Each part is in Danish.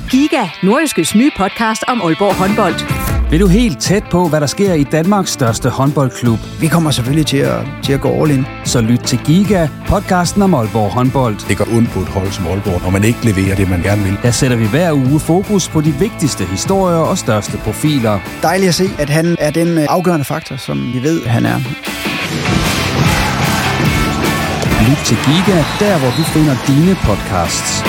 Giga, Nordjyskes nye podcast om Aalborg håndbold. Vil du helt tæt på, hvad der sker i Danmarks største håndboldklub? Vi kommer selvfølgelig til at gå all in. Så lyt til Giga, podcasten om Aalborg håndbold. Det går ondt på et hold som Aalborg, når man ikke leverer det, man gerne vil. Der sætter vi hver uge fokus på de vigtigste historier og største profiler. Dejligt at se, at han er den afgørende faktor, som vi ved, han er. Lyt til Giga, der hvor du finder dine podcasts.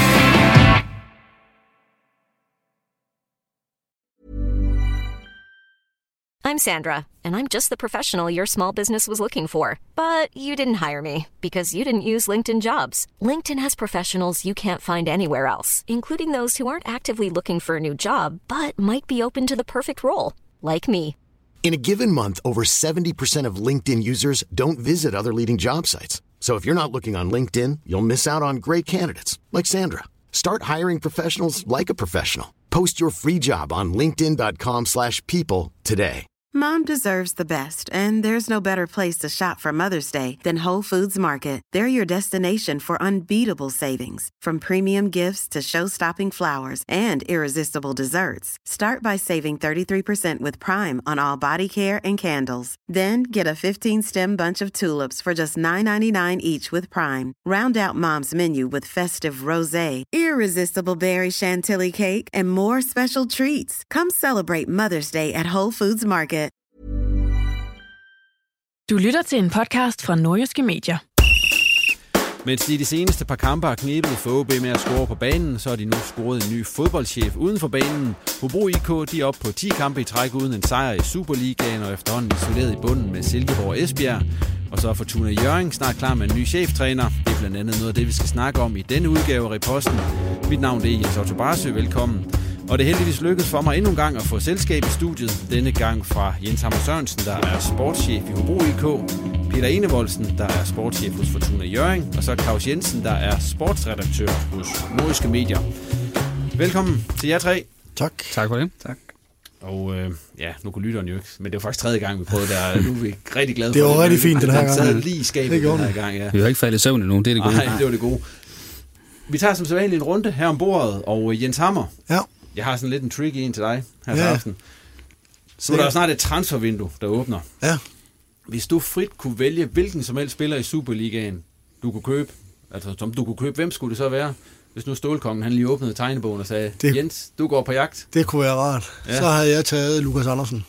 I'm Sandra, and I'm just the professional your small business was looking for. But you didn't hire me because you didn't use LinkedIn Jobs. LinkedIn has professionals you can't find anywhere else, including those who aren't actively looking for a new job, but might be open to the perfect role, like me. In a given month, over 70% of LinkedIn users don't visit other leading job sites. So if you're not looking on LinkedIn, you'll miss out on great candidates like Sandra. Start hiring professionals like a professional. Post your free job on linkedin.com/people today. Mom deserves the best, and there's no better place to shop for Mother's Day than Whole Foods Market. They're your destination for unbeatable savings, from premium gifts to show-stopping flowers and irresistible desserts. Start by saving 33% with Prime on all body care and candles. Then get a 15-stem bunch of tulips for just $9.99 each with Prime. Round out Mom's menu with festive rosé, irresistible berry chantilly cake, and more special treats. Come celebrate Mother's Day at Whole Foods Market. Du lytter til en podcast fra Nordjyske Medier. Mens de seneste par kampe har knebet for OB med at score på banen, så har de nu scoret en ny fodboldchef uden for banen. Hobro IK de er oppe på 10 kampe i træk uden en sejr i Superligaen og efterhånden isoleret i bunden med Silkeborg og Esbjerg. Og så er Fortuna Hjørring snart klar med en ny cheftræner. Det er blandt andet noget af det, vi skal snakke om i denne udgave af Riposten. Mit navn er Jens Otto Barsø. Velkommen. Og det er heldigvis lykkedes for mig endnu en gang at få selskab i studiet. Denne gang fra Jens Hammer Sørensen, der er sportschef i Hobro IK. Peter Enevoldsen, der er sportschef hos Fortuna Hjørring. Og så Claus Jensen, der er sportsredaktør hos Nordjyske Medier. Velkommen til jer tre. Tak. Tak for det. Tak. Og nu kunne lytteren jo ikke, men det var faktisk tredje gang, vi prøvede der. Nu er vi rigtig glade for det. Det var rigtig fint den her gang. Den sad lige i skabet den her gang, ja. Vi har ikke faldet i søvn endnu, det er det gode. Nej, det var det gode. Vi tager som sædvanligt en runde her om bordet, og Jens Hammer. Ja. Jeg har sådan lidt en tricky en til dig her til aften. Så er der snart et transfervindue, der åbner. Ja. Hvis du frit kunne vælge hvilken som helst spiller i Superligaen, du kunne købe, altså som du kunne købe, hvem skulle det så være? Hvis nu Stålkongen han lige åbnede tegnebogen og sagde, Jens, du går på jagt. Det kunne være rart. Ja. Så havde jeg taget Lukas Andersen.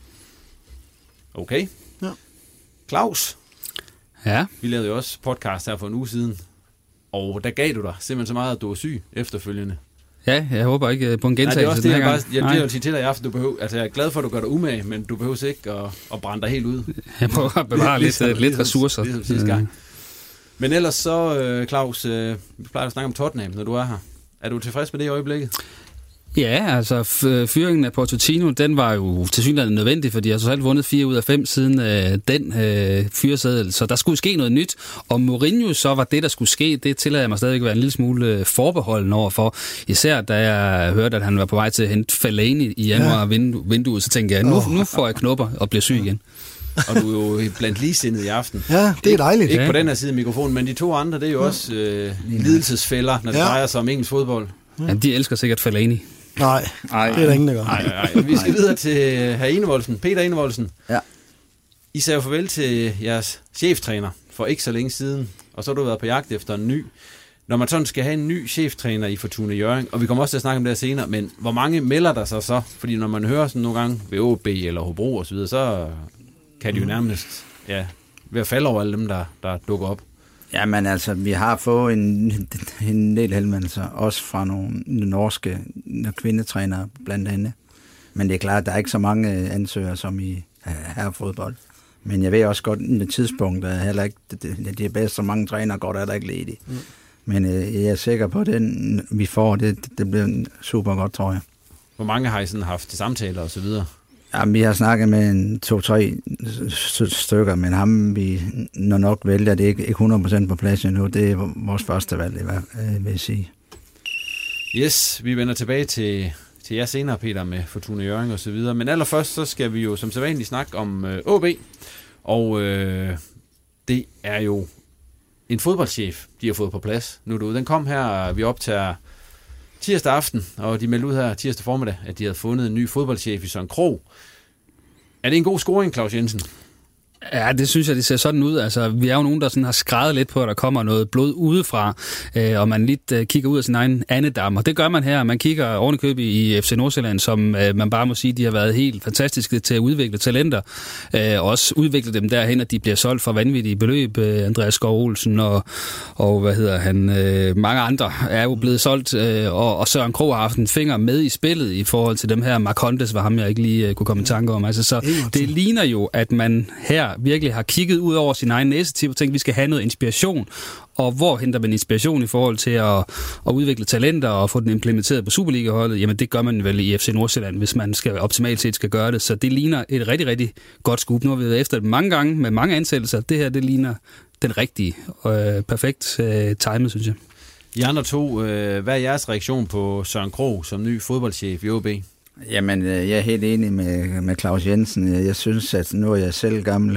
Okay. Ja. Claus. Ja. Vi lavede jo også podcast her for en uge siden, og der gav du dig simpelthen så meget, at du var syg efterfølgende. Ja, jeg håber ikke på en gentagelse. Nej, det er også det, jeg vil sige til dig i aften. Du behøver, altså jeg er glad for, at du gør dig umage, men du behøver ikke at brænde dig helt ud. Jeg prøver at bevare lidt ressourcer. Ligesom sidste gang. Men ellers så, Claus, vi plejer at snakke om Tottenham, når du er her. Er du tilfreds med det i øjeblikket? Ja, altså fyringen af Pochettino, den var jo tilsyneladende nødvendig, fordi jeg har så selv vundet 4 ud af 5 siden den fyreseddel, så der skulle ske noget nyt. Og Mourinho så var det, der skulle ske, det tillader jeg mig stadigvæk at være en lille smule forbeholden overfor. Især da jeg hørte, at han var på vej til at hente Fellaini i januar vinduet, så tænkte jeg, nu får jeg knopper og bliver syg igen. Og du er jo blandt ligesindede i aften. Ja, det er dejligt. Ikke på den her side af mikrofonen, men de to andre, det er jo også lidelsesfælder, når det drejer sig om engelsk fodbold. Ja, de elsker sikkert Fellaini. Nej, det er der ingen, der gør. Nej. Vi skal videre til hr. Enevoldsen, Peter Enevoldsen. Ja. I sagde jo farvel til jeres cheftræner for ikke så længe siden, og så har du været på jagt efter en ny. Når man sådan skal have en ny cheftræner i Fortuna Hjørring, og vi kommer også til at snakke om det her senere, men hvor mange melder der sig så? Fordi når man hører sådan nogle gange ved OB eller Hobro og så videre, så kan de jo nærmest ved at falde over alle dem, der dukker op. Jamen altså, vi har fået en del henvendelser, også fra nogle norske kvindetrænere blandt andet. Men det er klart, at der er ikke så mange ansøgere som i herrefodbold. Men jeg ved også godt, at det tidspunkt er heller ikke, det er bedst, så mange trænere går der ikke ledige. Men jeg er sikker på, at den vi får, det bliver super godt, tror jeg. Hvor mange har I sådan haft samtaler og så videre? Jamen, vi har snakket med 2-3 stykker, men ham vi nok vælger, det er ikke 100% på plads endnu. Det er vores første valg, vil jeg sige. Yes, vi vender tilbage til jer senere, Peter, med Fortuna Hjørring og så videre. Men allerførst, så skal vi jo som sædvanligt snakke om OB. Og det er jo en fodboldchef, de har fået på plads. Nu den kom her, vi optager tirsdag aften, og de meldte ud her tirsdag formiddag, at de havde fundet en ny fodboldchef i Søren Krogh. Er det en god scoring, Claus Jensen? Ja, det synes jeg, det ser sådan ud. Altså, vi er jo nogen, der sådan har skrevet lidt på, at der kommer noget blod udefra, og man lidt kigger ud af sin egen andedam. Og det gør man her. Man kigger ovenikøbet i FC Nordsjælland, som man bare må sige, de har været helt fantastiske til at udvikle talenter. Også udvikle dem derhen, at de bliver solgt for vanvittige beløb. Andreas Skov Olsen og mange andre er jo blevet solgt, og Søren Krogh har haft en finger med i spillet i forhold til dem her. Marcondes var ham, jeg ikke lige kunne komme i tanke om. Altså, så det ligner jo, at man her virkelig har kigget ud over sin egen næsetip og tænkt, at vi skal have noget inspiration. Og hvor henter man inspiration i forhold til at udvikle talenter og få den implementeret på Superliga-holdet? Jamen det gør man vel i FC Nordsjælland, hvis man optimalt set skal gøre det. Så det ligner et rigtig, rigtig godt scoop. Nu har vi været efter det mange gange med mange ansættelser. Det her, det ligner den rigtige perfekt timet, synes jeg. I andre to, hvad er jeres reaktion på Søren Krogh som ny fodboldchef i OB? Jamen, jeg er helt enig med Claus Jensen. Jeg synes, at nu er jeg selv gammel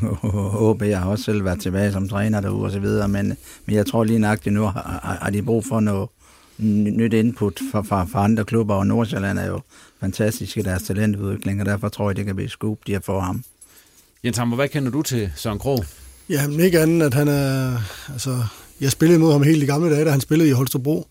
OB. Jeg har også selv været tilbage som træner derude og så videre, men jeg tror lige nøjagtigt nu har de brug for noget nyt input fra andre klubber, og Nordsjælland er jo fantastisk i deres talentudvikling, og derfor tror jeg, det kan blive scoop, de har fået ham. Jens Hammer, hvad kender du til Søren Krogh? Jamen, ikke andet, at han er... Altså, jeg spillede mod ham helt i gamle dage, da han spillede i Holstebro.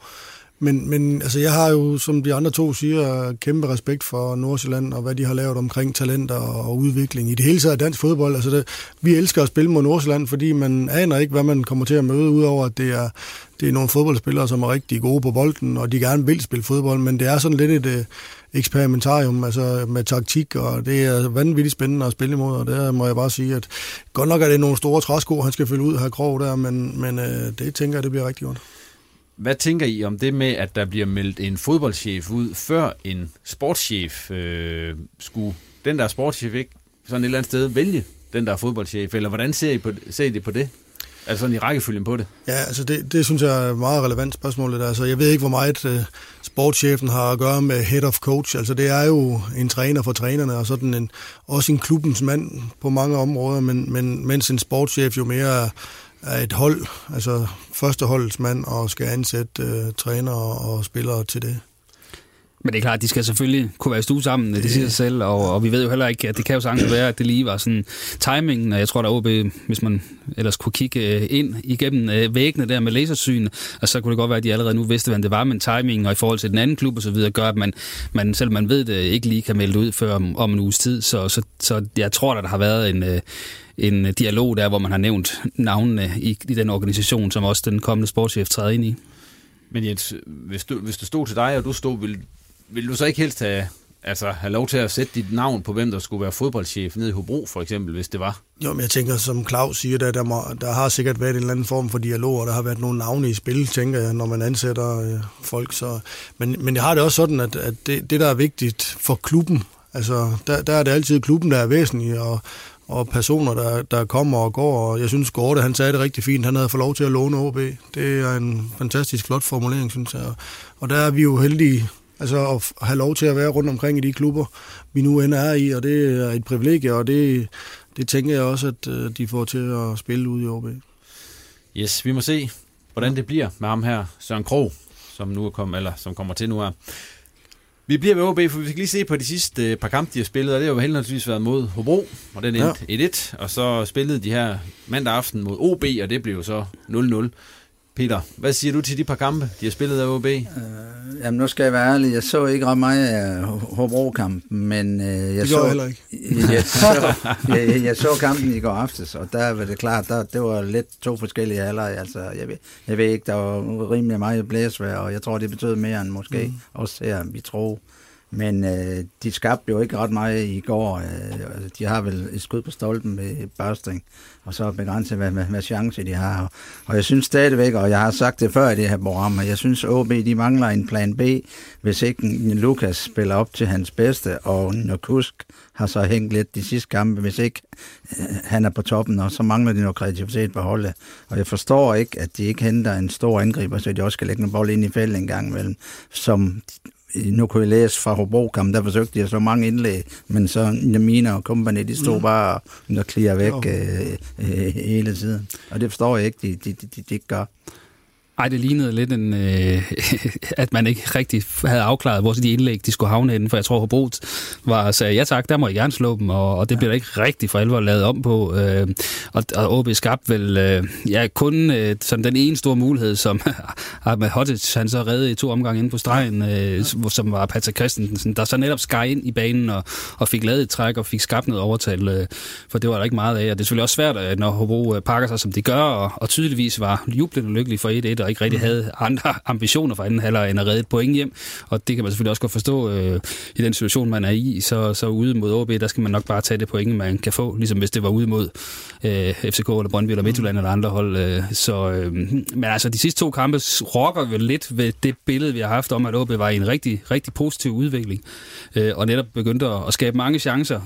Men altså, jeg har jo, som de andre to siger, kæmpe respekt for Nordsjælland og hvad de har lavet omkring talenter og udvikling. I det hele taget dansk fodbold. Altså vi elsker at spille mod Nordsjælland, fordi man aner ikke, hvad man kommer til at møde, udover at det er nogle fodboldspillere, som er rigtig gode på bolden, og de gerne vil spille fodbold, men det er sådan lidt et eksperimentarium, altså med taktik, og det er vanvittigt spændende at spille imod, og der må jeg bare sige, at godt nok er det nogle store træsko, han skal fylde ud her Krogh der, men det tænker jeg, det bliver rigtig godt. Hvad tænker I om det med, at der bliver meldt en fodboldchef ud, før en sportschef skulle den der sportschef ikke sådan et eller andet sted vælge den der fodboldchef, eller hvordan ser I det på det? Altså sådan i rækkefølgen på det? Ja, altså det synes jeg er et meget relevant spørgsmål. Altså jeg ved ikke, hvor meget sportschefen har at gøre med head of coach. Altså det er jo en træner for trænerne, og sådan også en klubbens mand på mange områder, men mens en sportschef jo mere er et hold, altså førsteholdsmand, og skal ansætte trænere og spillere til det. Men det er klart, at de skal selvfølgelig kunne være i stue sammen, det siger sig selv, og vi ved jo heller ikke, at det kan jo sagtens være, at det lige var sådan timingen, og jeg tror, der OB, hvis man ellers kunne kigge ind igennem væggene der med lasersyn, og så kunne det godt være, at de allerede nu vidste, hvad det var, men timingen og i forhold til den anden klub og så videre, gør, at man selvom man ved det, ikke lige kan melde ud før om en uges tid, så jeg tror, at der har været en dialog der, hvor man har nævnt navnene i den organisation, som også den kommende sportschef træder ind i. Men Jens, hvis du stod til dig, og du stod, vil du så ikke helst have lov til at sætte dit navn på, hvem der skulle være fodboldchef nede i Hobro, for eksempel, hvis det var? Jo, men jeg tænker, som Claus siger, der har sikkert været en eller anden form for dialog, og der har været nogle navne i spil, tænker jeg, når man ansætter folk. Så. Men jeg har det også sådan, at det, der er vigtigt for klubben, altså der er det altid klubben, der er væsentlig, og personer, der kommer og går, og jeg synes, Gorte, han sagde det rigtig fint, han havde fået lov til at låne OB. Det er en fantastisk flot formulering, synes jeg. Og der er vi jo heldige, altså at have lov til at være rundt omkring i de klubber, vi nu end er i, og det er et privilegie, og det tænker jeg også, at de får til at spille ude i OB. Yes, vi må se, hvordan det bliver med ham her, Søren Krogh, som kommer til nu her. Vi bliver ved OB, for vi skal lige se på de sidste par kampe, de har spillet, og det har jo heldigvis været mod Hobro, og den endte 1-1, og så spillede de her mandag aften mod OB, og det blev jo så 0-0. Peter, hvad siger du til de par kampe, de har spillet af OB? Jamen, nu skal jeg være ærlig. Jeg så ikke ret meget af Hobro-kampen, men jeg så kampen i går aftes, og der var det klart, det var lidt to forskellige halvleje. Altså, jeg ved ikke, der var rimelig meget blæsvejr, og jeg tror, det betød mere end måske også her, vi tror. Men de skabte jo ikke ret meget i går. De har vel et skud på stolpen med Børsting, og så begrænset, hvad chance de har. Og jeg synes stadigvæk, og jeg har sagt det før i det her program, jeg synes, OB de mangler en plan B, hvis ikke Lukas spiller op til hans bedste, og Kusk har så hængt lidt de sidste kampe, hvis ikke han er på toppen, og så mangler de noget kreativitet på holdet. Og jeg forstår ikke, at de ikke henter en stor angriber, så de også skal lægge en bold ind i feltet en gang imellem, som... Nu kunne jeg læse fra Hobro-kampen, der forsøgte de så mange indlæg, men så Namina og company, de stod bare og klirrer væk hele tiden. Og det forstår jeg ikke, de ikke gør. Ej, det lignede lidt at man ikke rigtig havde afklaret, hvor de indlæg, de skulle havne inden, for jeg tror, Hobro sagde, ja tak, der må I gerne slå dem, og det bliver der ikke rigtig for alvor lavet om på. Og OB skabte vel kun sådan den ene store mulighed, som Ahmed Hodzic, han så reddede i 2 omgange inde på stregen, som var Patrick Christensen, der så netop skar ind i banen og fik lavet et træk og fik skabt noget overtal, for det var der ikke meget af. Og det er selvfølgelig også svært, når Hobro pakker sig, som de gør, og tydeligvis var jublende lykkelig for 1-1, og ikke rigtig havde andre ambitioner for anden halvleg end at redde et point hjem. Og det kan man selvfølgelig også godt forstå i den situation, man er i. Så ude mod OB, der skal man nok bare tage det point, man kan få, ligesom hvis det var ude mod FCK eller Brøndby eller Midtjylland eller andre hold. Men altså, de sidste 2 kampe rokker vel lidt ved det billede, vi har haft om, at OB var i en rigtig, rigtig positiv udvikling, og netop begyndte at skabe mange chancer.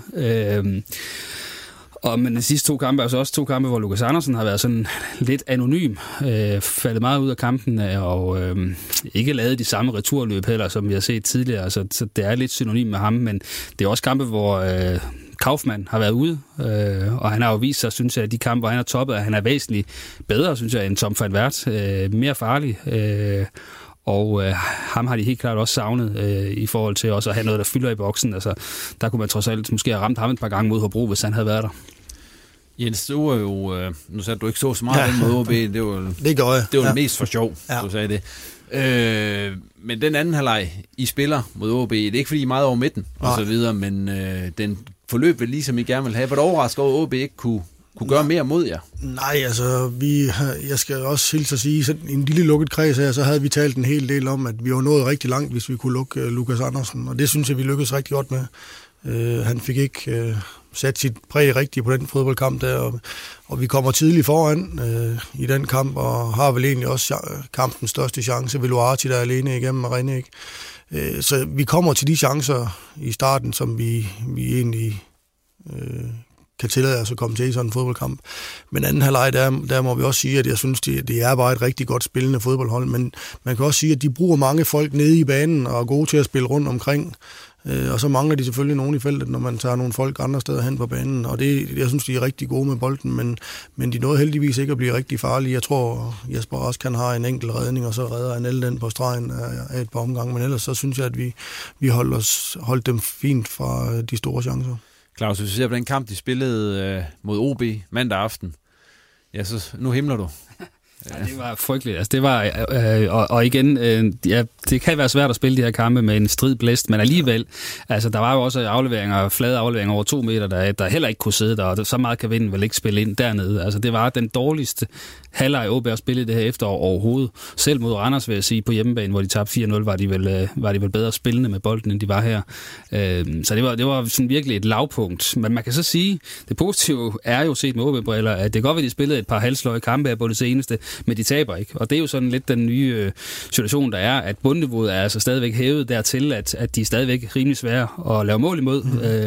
Men de sidste 2 kampe er altså også 2 kampe, hvor Lukas Andersen har været sådan lidt anonym, faldet meget ud af kampen, og ikke lavet de samme returløb heller, som vi har set tidligere. Så det er lidt synonym med ham, men det er også kampe, hvor Kaufmann har været ude, og han har jo vist sig, synes jeg, at de kampe, hvor han er toppet, at han er væsentligt bedre, synes jeg, end Tom van Wert, mere farlig. Og ham har de helt klart også savnet i forhold til også at have noget, der fylder i boksen. Altså, der kunne man trods alt måske have ramt ham et par gange mod Hobro, hvis han havde været der. Jens, du var jo... nu sagde du ikke så meget mod OB. Det var det mest for sjov, du sagde det. Men den anden halvleg, I spiller mod OB, det er ikke fordi I er meget over midten og så videre, men den forløb vel ligesom I gerne vil have. Var det overrasket over, at OB ikke kunne gøre mere mod jer? Nej, altså, jeg skal også hilse at sige, sådan en lille lukket kreds her, så havde vi talt en hel del om, at vi var nået rigtig langt, hvis vi kunne lukke Lukas Andersen, og det synes jeg, vi lykkedes rigtig godt med. Han fik ikke sat sit præg rigtigt på den fodboldkamp der, og vi kommer tidligt foran i den kamp, og har vel egentlig også kampens største chance ved Luarti, der er alene igennem Arena, ikke? Så vi kommer til de chancer i starten, som vi egentlig kan tillade os at komme til i sådan en fodboldkamp. Men anden halvleg, der må vi også sige, at jeg synes, det er bare et rigtig godt spillende fodboldhold, men man kan også sige, at de bruger mange folk nede i banen og er gode til at spille rundt omkring. Og så mangler de selvfølgelig nogen i feltet, når man tager nogle folk andre steder hen på banen, og jeg synes, de er rigtig gode med bolden, men de nåede heldigvis ikke at blive rigtig farlige. Jeg tror, Jesper Rask kan have en enkelt redning, og så redder han den på stregen af et par omgange, men ellers så synes jeg, at vi holdt dem fint fra de store chancer. Claus, hvis vi ser på den kamp, de spillede mod OB mandag aften, ja, så nu himler du. Ja, det var frygteligt. Altså, det var, og igen, det kan være svært at spille de her kampe med en strid blæst, men alligevel, altså, der var jo også flade afleveringer over 2 meter, der heller ikke kunne sidde der, og så meget kan vinden vel ikke spille ind dernede. Altså, det var den dårligste halvleg OB at spille det her efterår overhovedet. Selv mod Randers, vil jeg sige, på hjemmebane, hvor de tabte 4-0, var de vel bedre spillende med bolden, end de var her. Så det var sådan virkelig et lavpunkt. Men man kan så sige, det positive er jo set med OB-briller, at det godt ved, at de spillede et par halvsløje kampe her på det seneste, men de taber ikke. Og det er jo sådan lidt den nye situation, der er, at bundniveauet er altså stadigvæk hævet dertil, at de er stadigvæk rimelig svære at lave mål imod,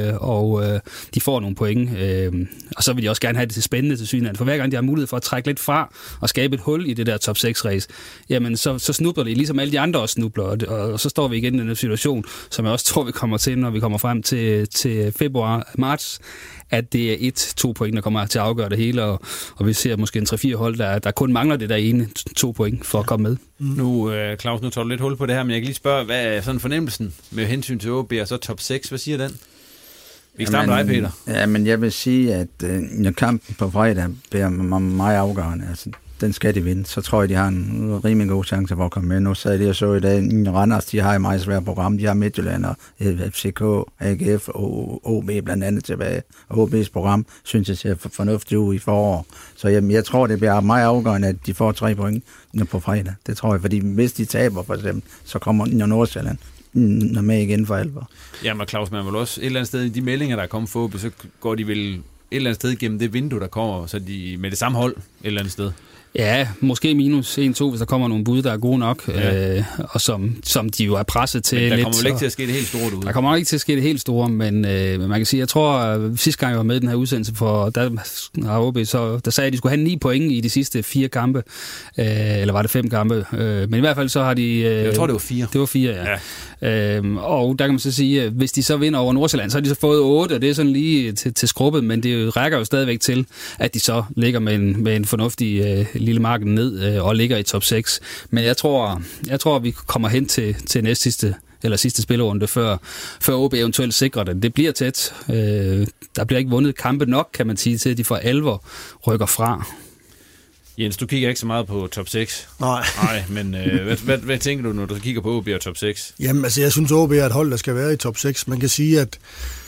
og de får nogle point. Og så vil de også gerne have det til spændende til synligheden. For hver gang de har mulighed for at trække lidt fra og skabe et hul i det der top 6-race, jamen så snubler de, ligesom alle de andre også snubler. Og så står vi igen i den situation, som jeg også tror, vi kommer til, når vi kommer frem til februar-marts, at det er 1-2 point, der kommer til at afgøre det hele, og vi ser måske en 3-4 hold, der kun mangler det der ene 2 point for at komme med. Nu, Claus, nu tager du lidt hul på det her, men jeg kan lige spørge, hvad er sådan fornemmelsen med hensyn til OB og så top 6? Hvad siger den? Vi starter med dig, Peter. Ja, men jeg vil sige, at når kampen på fredag bliver meget afgørende, altså den skal de vinde, så tror jeg, de har en rimelig god chance for at komme med. Nu sad de og så i dag, Randers, de har et meget svært program, de har Midtjylland og FCK, AGF og OB blandt andet tilbage. OB's program, synes jeg, ser fornuftigt ud i forår. Så jeg tror, det bliver meget afgørende, at de får 3 point på fredag. Det tror jeg, fordi hvis de taber for eksempel, så kommer Nordsjælland med igen for alvor. Ja, men Claus, man vil også et eller andet sted i de meldinger, der er kommet for OB, så går de vel et eller andet sted gennem det vindue, der kommer, så de med det samme hold et eller andet sted. Ja, måske minus 1-2, hvis der kommer nogle bud, der er gode nok, og som de jo er presset til. Men der lidt, kommer vel ikke til at ske det helt store derude? Der kommer ikke til at ske det helt store, men man kan sige, jeg tror, sidste gang jeg var med i den her udsendelse, der sagde, at de skulle have 9 point i de sidste 4 kampe, eller var det 5 kampe, men i hvert fald så har de... jeg tror, det var 4. Det var 4, ja. Og der kan man så sige, at hvis de så vinder over Nordsjælland, så har de så fået 8, og det er sådan lige til skrubbet, men det rækker jo stadigvæk til, at de så ligger med en fornuftig lille marken ned og ligger i top 6. Men jeg tror vi kommer hen til sidste spillerunde, før OB eventuelt sikrer det. Det bliver tæt. Der bliver ikke vundet kampe nok, kan man sige, til at de for alvor rykker fra. Jens, du kigger ikke så meget på top 6. Nej, men hvad tænker du, når du kigger på OB og top 6? Jamen, altså, jeg synes, OB er et hold, der skal være i top 6. Man kan sige, at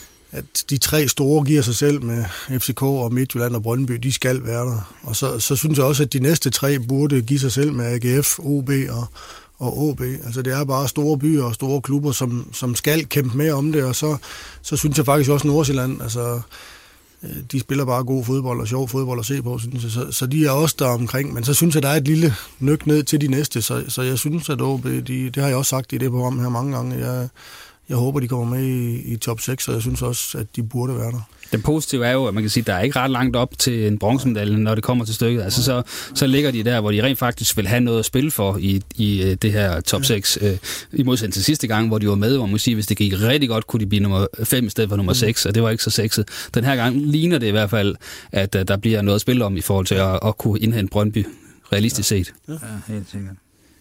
de 3 store giver sig selv med FCK og Midtjylland og Brøndby, de skal være der. Og så synes jeg også, at de næste 3 burde give sig selv med AGF, OB og OB. Altså, det er bare store byer og store klubber, som skal kæmpe med om det. Og så synes jeg faktisk også Nordsjælland, altså, de spiller bare god fodbold og sjov fodbold at se på, synes jeg. Så de er også der omkring. Men så synes jeg, der er et lille nøk ned til de næste. Så jeg synes, at OB, det har jeg også sagt i det program her mange gange. Jeg håber, de kommer med i top 6, og jeg synes også, at de burde være der. Det positive er jo, at man kan sige, at der er ikke ret langt op til en bronzemedalje, når det kommer til stykket. Altså så ligger de der, hvor de rent faktisk vil have noget at spille for i det her top 6. I modsætning til sidste gang, hvor de var med, hvor man må sige, hvis det gik rigtig godt, kunne de blive nummer 5 i stedet for nummer 6, og det var ikke så sexet. Den her gang ligner det i hvert fald, at der bliver noget at spille om i forhold til at kunne indhente Brøndby, realistisk set. Ja, helt sikkert.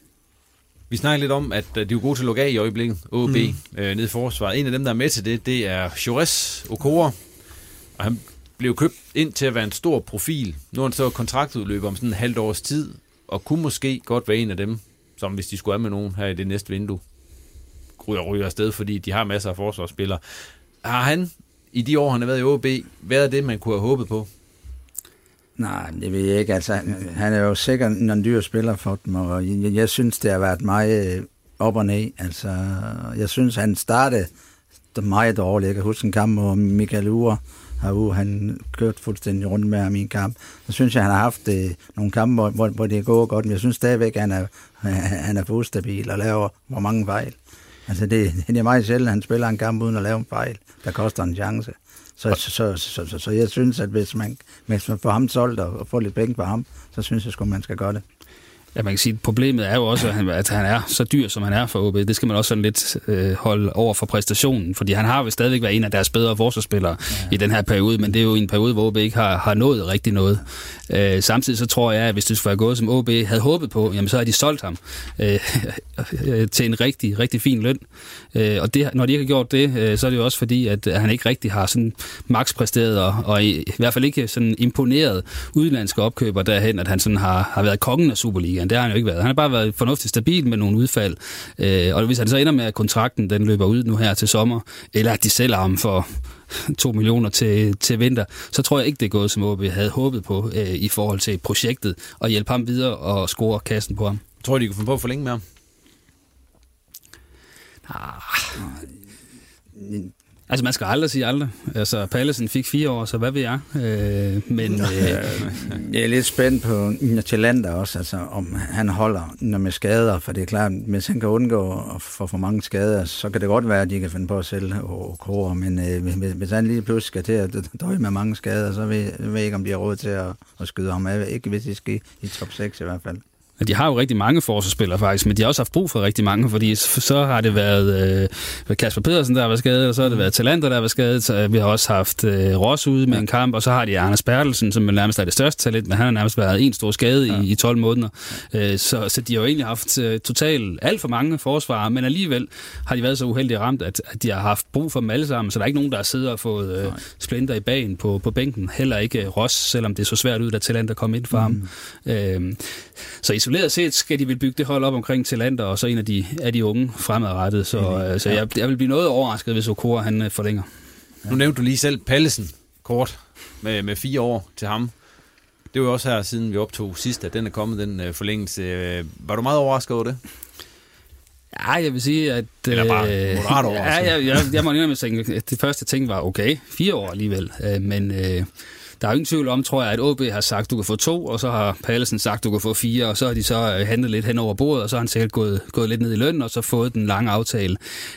Vi snakker lidt om, at de er gode til at lukke af i øjeblikket, OB, nede i forsvaret. En af dem, der er med til det er Jores Okora. Og han blev købt ind til at være en stor profil. Nu er han så kontraktudløber om sådan en halvt års tid, og kunne måske godt være en af dem, som hvis de skulle have med nogen her i det næste vindue, ryger afsted, fordi de har masser af forsvarsspillere. Har han, i de år, han har været i OB, været det, man kunne have håbet på? Nej, det ved jeg ikke. Altså, han er jo sikkert en dyr spiller for dem, og jeg synes, det har været meget op og ned. Altså, jeg synes, han startede meget dårligt. Jeg kan huske en kamp, hvor Michael Ure herude, han kørt fuldstændig rundt med ham i en kamp. Så synes jeg, han har haft nogle kampe, hvor det går godt, men jeg synes stadigvæk, at han er for ustabil og laver hvor mange fejl. Altså, det er meget sjældent, han spiller en kamp uden at lave en fejl, der koster en chance. Så jeg synes, at hvis man får ham solgt og får lidt penge på ham, så synes jeg sgu, man skal gøre det. Ja, man kan sige, at problemet er jo også, at han er så dyr, som han er for OB. Det skal man også sådan lidt holde over for præstationen, fordi han har vel stadigvæk været en af deres bedre forsvarsspillere i den her periode, men det er jo en periode, hvor OB ikke har nået rigtig noget. Samtidig så tror jeg, at hvis det skulle være gået, som OB havde håbet på, jamen så har de solgt ham til en rigtig, rigtig fin løn. Og det, når de ikke har gjort det, så er det jo også fordi, at han ikke rigtig har sådan max præsteret, og i hvert fald ikke sådan imponeret udenlandske opkøber derhen, at han sådan har været kongen af Superligaen. Det har han jo ikke været. Han har bare været fornuftigt stabil med nogle udfald. Og hvis han så ender med, at kontrakten den løber ud nu her til sommer, eller at de sælger ham for 2 millioner til vinter, så tror jeg ikke, det er gået, som OB havde håbet på i forhold til projektet, og hjælpe ham videre og score kassen på ham. Tror du, de kunne finde på at forlænge med ham? Altså, man skal aldrig sige aldrig. Altså, Pallesen fik 4 år, så hvad ved jeg? Men jeg er lidt spændt på Talander også, altså om han holder med skader, for det er klart, hvis han kan undgå at få for mange skader, så kan det godt være, at de kan finde på at sælge Okora, men hvis han lige pludselig skal til at døje med mange skader, så ved jeg ikke, om de har råd til at skyde ham af. Ikke hvis de skal i top 6 i hvert fald. De har jo rigtig mange forsvarsspillere faktisk, men de har også haft brug for rigtig mange, fordi så har det været Kasper Pedersen, der har været skadet, og så har det været Talander, der har været skadet. Så vi har også haft Ross ude med en kamp, og så har de Anders Bertelsen, som nærmest er det største talent, men han har nærmest været en stor skade i 12 måneder. Så de har jo egentlig haft totalt alt for mange forsvarer, men alligevel har de været så uheldige ramt, at de har haft brug for dem alle sammen, så der er ikke nogen, der har siddet og fået splinter i bagen på bænken. Heller ikke Ross, selvom det er så svært ud, da Talander kom ind for ham. Så isoleret set skal de vel bygge det hold op omkring Talander, og så en af de unge fremadrettet. Så jeg vil blive noget overrasket, hvis Okora han forlænger. Nu nævnte du lige selv Pallesen kort med 4 år til ham. Det var jo også her, siden vi optog sidst, at den er kommet, den forlængelse. Var du meget overrasket over det? Ja, jeg vil sige, at... Eller bare moderat overrasket? Jeg må nævne med at det første ting var okay, 4 år alligevel, men... Der er jo ingen tvivl om, tror jeg, at OB har sagt, du kan få 2, og så har Pallesen sagt, du kan få 4, og så har de så handlet lidt hen over bordet, og så har han sikkert gået lidt ned i løn, og så fået den lange aftale.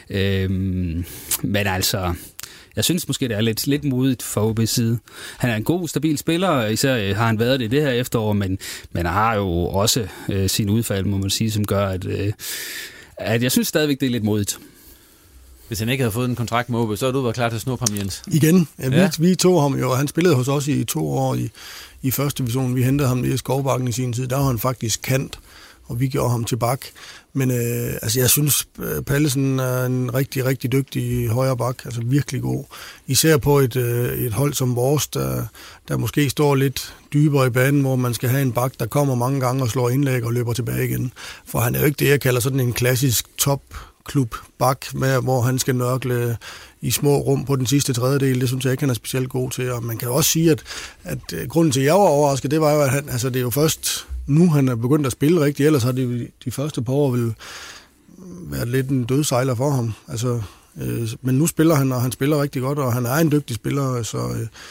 Men altså, jeg synes måske, det er lidt modigt fra OB's side. Han er en god, stabil spiller, især har han været det i det her efterår, men han har jo også sin udfald, må man sige, som gør, at jeg synes stadigvæk, det er lidt modigt. Hvis han ikke havde fået en kontrakt med OB, så havde du været klar til at snuppe ham, Jens. Igen. Vi tog ham jo, han spillede hos os i 2 år i første division. Vi hentede ham nede i Skovbakken i sin tid. Der var han faktisk kant, og vi gjorde ham til bak. Men jeg synes, Pallesen er en rigtig, rigtig dygtig højre bak. Altså virkelig god. Især på et hold som vores, der måske står lidt dybere i banen, hvor man skal have en bak, der kommer mange gange og slår indlæg og løber tilbage igen. For han er jo ikke det, jeg kalder sådan en klassisk topklub bak, hvor han skal nørkle i små rum på den sidste tredjedel. Det synes jeg ikke, han er specielt god til. Og man kan også sige, at grunden til, at jeg var overrasket, det var jo, at det er jo først nu, han er begyndt at spille rigtigt. Ellers har de første par år vel været lidt en dødsejler for ham. Men nu spiller han, og han spiller rigtig godt, og han er en dygtig spiller, så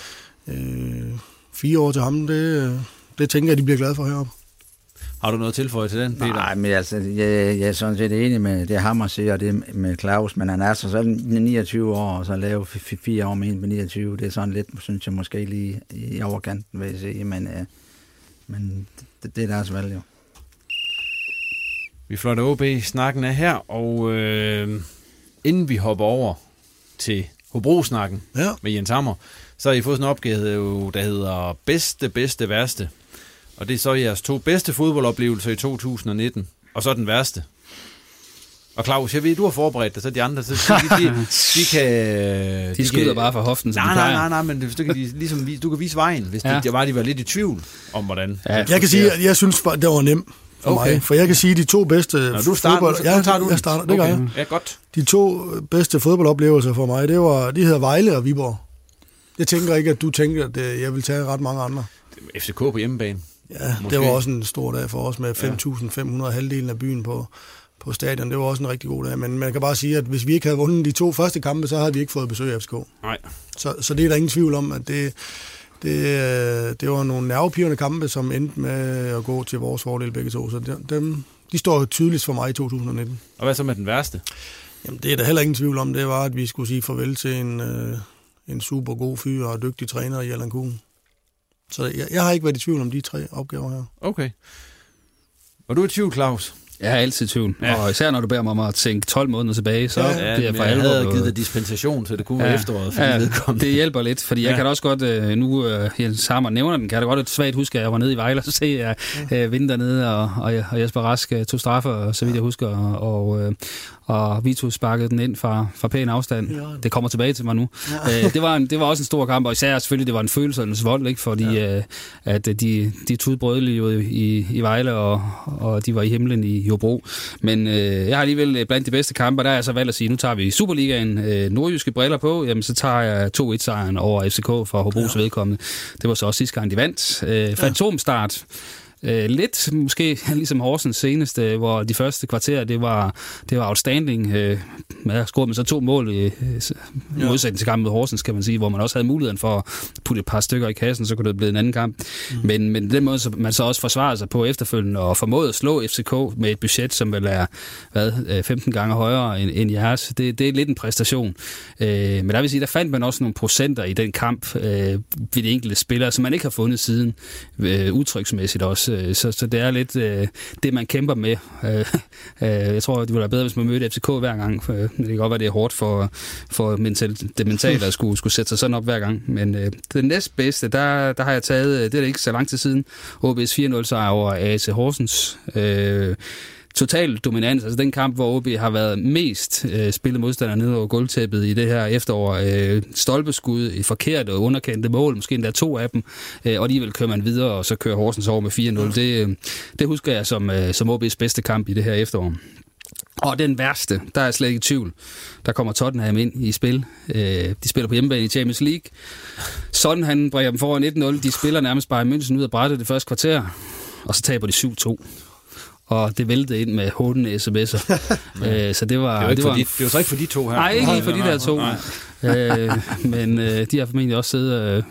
4 år til ham, det tænker jeg, de bliver glade for heroppe. Har du noget tilføje til den, Peter? Nej, men jeg er sådan set enig med det, Hammer siger, og det med Claus, men han er så selv 29 år, og så lave 4 år med en på 29, det er sådan lidt, synes jeg, måske lige i overkanten, vil jeg sige, men det er deres valg, jo. Vi fløjter OB-snakken af her, og inden vi hopper over til Hobro-snakken med Jens Hammer, så har I fået sådan en opgave, der hedder bedste, værste. Og det er så jeres 2 bedste fodboldoplevelser i 2019, og så den værste. Og Claus, jeg ved, du har forberedt dig, så de andre, så de kan... De skyder bare fra hoften, som de plejer. Nej, men du kan ligesom du kan vise vejen, hvis de var lidt i tvivl om, hvordan... Ja. Jeg kan sige, at jeg synes, det var nemt for mig, for jeg kan sige, at de 2 bedste fodbold... Jeg starter, det gør jeg. Ja, godt. De 2 bedste fodboldoplevelser for mig, de hedder Vejle og Viborg. Jeg tænker ikke, at du tænker, at jeg vil tage ret mange andre. FCK på hjemmebane. Ja, måske. Det var også en stor dag for os med 5.500, halvdelen af byen på stadion. Det var også en rigtig god dag, men man kan bare sige, at hvis vi ikke havde vundet de 2 første kampe, så havde vi ikke fået besøg af FCK. Nej. Så det er der ingen tvivl om, at det var nogle nervepirrende kampe, som endte med at gå til vores fordel begge to. Så de står tydeligt for mig i 2019. Og hvad så med den værste? Jamen, det er der heller ingen tvivl om. Det var, at vi skulle sige farvel til en super god fyr og dygtig træner i Allan Kuhn. Så jeg har ikke været i tvivl om de 3 opgaver her. Okay. Og du er i tvivl, Claus? Jeg er altid i tvivl. Ja. Og især når du beder mig om at tænke 12 måneder tilbage, så bliver jeg for alvor... Jeg havde givet dig dispensation, så det kunne være efteråret. Det hjælper lidt, fordi jeg kan da også godt... Nu Jens Hammer nævner den, kan jeg da godt et svagt huske, at jeg var nede i Vejle, og så se jeg vinde dernede, og Jesper Rask tog straffer, så vidt jeg husker, og Vito sparkede den ind fra pæn afstand. Ja. Det kommer tilbage til mig nu. Ja. Det var også en stor kamp, og især selvfølgelig, det var en følelsernes vold, ikke? Fordi at de tudbrødlige jo i Vejle, og de var i himlen i Hobro. Men jeg har alligevel blandt de bedste kampe, der er jeg så valgt at sige, nu tager vi Superligaen, nordjyske briller på, jamen så tager jeg 2-1-sejren over FCK for Hobros vedkommende. Det var så også sidste gang, de vandt. Fantomstart. Lidt måske ligesom Horsens seneste, hvor de første kvarter, det var outstanding. Jeg scorede med så 2 mål i modsætning til kampen med Horsens, kan man sige, hvor man også havde muligheden for at putte et par stykker i kassen, så kunne det blive en anden kamp. Men den måde, man så også forsvarede sig på efterfølgende og formåede at slå FCK med et budget, som vel er 15 gange højere end jeres. Det er lidt en præstation. Men der vil sige, der fandt man også nogle procenter i den kamp ved de enkelte spillere, som man ikke har fundet siden, udtryksmæssigt også. Så det er lidt det, man kæmper med. Jeg tror, det ville være bedre, hvis man mødte FCK hver gang. Det kan godt være, det er hårdt for det mentale at skulle sætte sig sådan op hver gang. Men det næstbedste, der har jeg taget, det er ikke så lang tid siden, OB's 4-0-sejr over AC Horsens. Total dominans, altså den kamp, hvor OB har været mest spillet modstander ned over gulvtæppet i det her efterår. Stolpeskud i forkerte og underkendte mål, måske endda 2 af dem, og alligevel kører man videre, og så kører Horsens over med 4-0. Det husker jeg som OB's bedste kamp i det her efterår. Og den værste, der er jeg slet ikke i tvivl. Der kommer Tottenham ind i spil. De spiller på hjemmebane i Champions League. Sådan han bringer dem foran 1-0. De spiller nærmest bare München ud af brættet det første kvarter, og så taber de 7-2. Og det væltede ind med hårdende sms'er. Så det var så ikke for de 2 her. Nej, ikke for de der 2. Men de har formentlig også siddet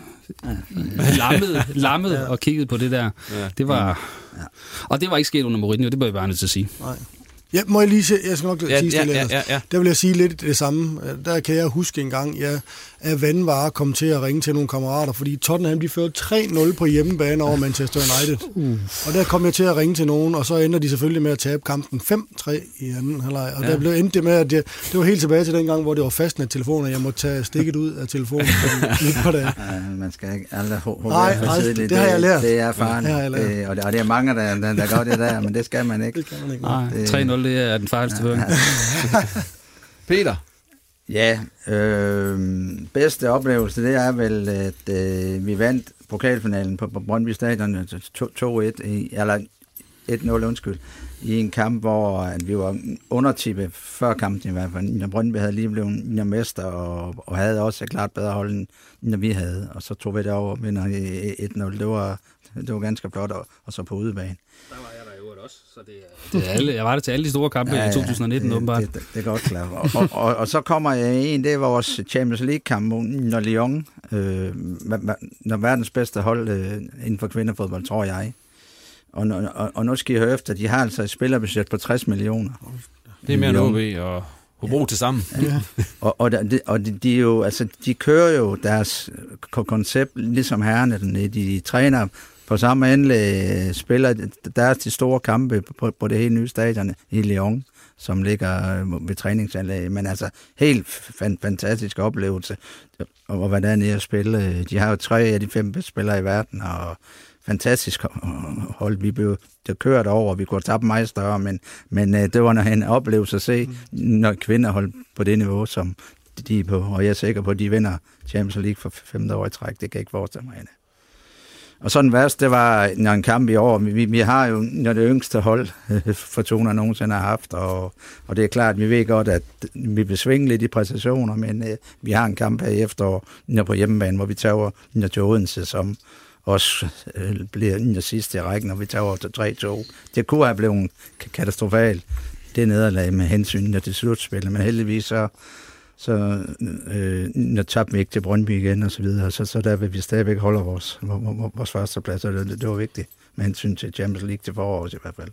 lammet og kigget på det der. Det var, og det var ikke sket under Mourinho, det bør jeg bare nødt til at sige. Nej. Ja, må jeg lige se? Jeg skal nok sige stille. Ja. Der vil jeg sige lidt det samme. Der kan jeg huske en gang, jeg af vandvarer kom til at ringe til nogle kammerater, fordi Tottenham, de førte 3-0 på hjemmebane over Manchester United. Og der kom jeg til at ringe til nogen, og så ender de selvfølgelig med at tabe kampen 5-3 i anden halvleg. Og der blev endt det med, at det var helt tilbage til den gang, hvor det var fastnet-telefoner, jeg måtte tage stikket ud af telefonen. Man skal ikke aldrig Nej, det har jeg lært. Det er farligt. Og det er mange, der gør det der, men det skal man ikke. Det kan man ikke. Nej, 3-0, det er den farligste føring. Peter? Ja, bedste oplevelse, det er vel, at vi vandt pokalfinalen på Brøndby Stadion 1-0, i en kamp, hvor at vi var undertippet før kampen i hvert fald. Brøndby havde lige blevet mester, og havde også et klart bedre hold, end vi havde. Og så tog vi det over og vinder 1-0. Det var ganske flot, og så på udebane. Der var jeg der jo også, så det er alle. Jeg var der til alle de store kampe i 2019, åbenbart. Det er godt klart. Og så kommer en, det er vores Champions League-kamp mod Lyon. Når verdens bedste hold inden for kvindefodbold, tror jeg. Og nu skal I høre efter, de har altså et spillerbudget på 60 millioner. Det er mere end OB og Hobro til sammen. Ja. og de jo, altså, de kører jo deres koncept, ligesom herrerne. De træner på samme anlæg, spiller deres de store kampe på det hele nye stadion i Lyon, som ligger ved træningsanlæg. Men altså, helt fantastisk oplevelse. Og hvordan er at spille. De har jo 3 af de 5 bedste spillere i verden, og fantastisk hold. Vi blev kørt over, vi kunne have tabt meget større, men det var en oplevelse at se, når kvinder holdt på det niveau, som de er på. Og jeg er sikker på, at de vinder Champions League for 5. år i træk. Det kan ikke forestille mig. Og så den værste, det var en kamp i år. Vi har jo det yngste hold, Fortuna nogensinde har haft, og det er klart, vi ved godt, at vi besvinger lidt i præstationer, men vi har en kamp her i efterår på hjemmebane, hvor vi tager til Odense, som også bliver den sidste i rækken, når vi tager til 3-2. Det kunne have blevet katastrofalt, det nederlag med hensyn til slutspillet, men heldigvis så tabte vi ikke til Brøndby igen og så videre, så der vil vi stadigvæk holde vores førsteplads, og det var vigtigt med hensyn til Champions League til foråret i hvert fald.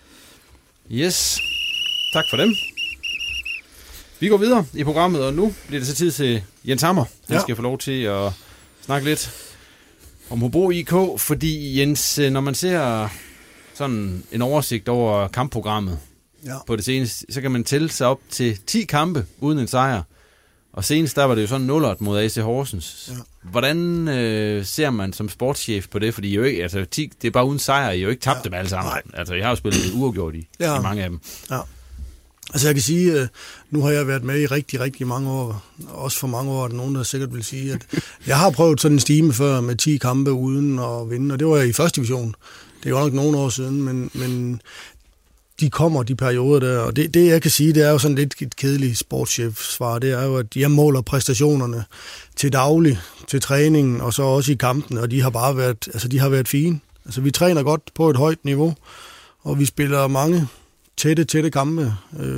Yes, tak for dem. Vi går videre i programmet, og nu bliver det så tid til Jens Hammer. Han skal få lov til at snakke lidt om Hobro IK, fordi Jens, når man ser sådan en oversigt over kampprogrammet på det seneste, så kan man tælle sig op til 10 kampe uden en sejr. Og senest der var det jo sådan 0-0 mod AC Horsens. Ja. Hvordan ser man som sportschef på det? Fordi I jo ikke, altså, 10, det er bare uden sejr, I jo ikke tabt dem alle sammen. Nej. Altså, jeg har jo spillet uafgjort i mange af dem. Ja. Altså jeg kan sige, nu har jeg været med i rigtig, rigtig mange år, også for mange år, at nogen der sikkert vil sige, at jeg har prøvet sådan en stime før med 10 kampe uden at vinde, og det var i første division. Det er jo nok nogle år siden, men de kommer, de perioder der, og det jeg kan sige, det er jo sådan lidt et kedeligt sportschef-svar, det er jo, at jeg måler præstationerne til daglig, til træningen, og så også i kampen, og de har bare været, altså de har været fine. Altså vi træner godt på et højt niveau, og vi spiller mange tætte kampe.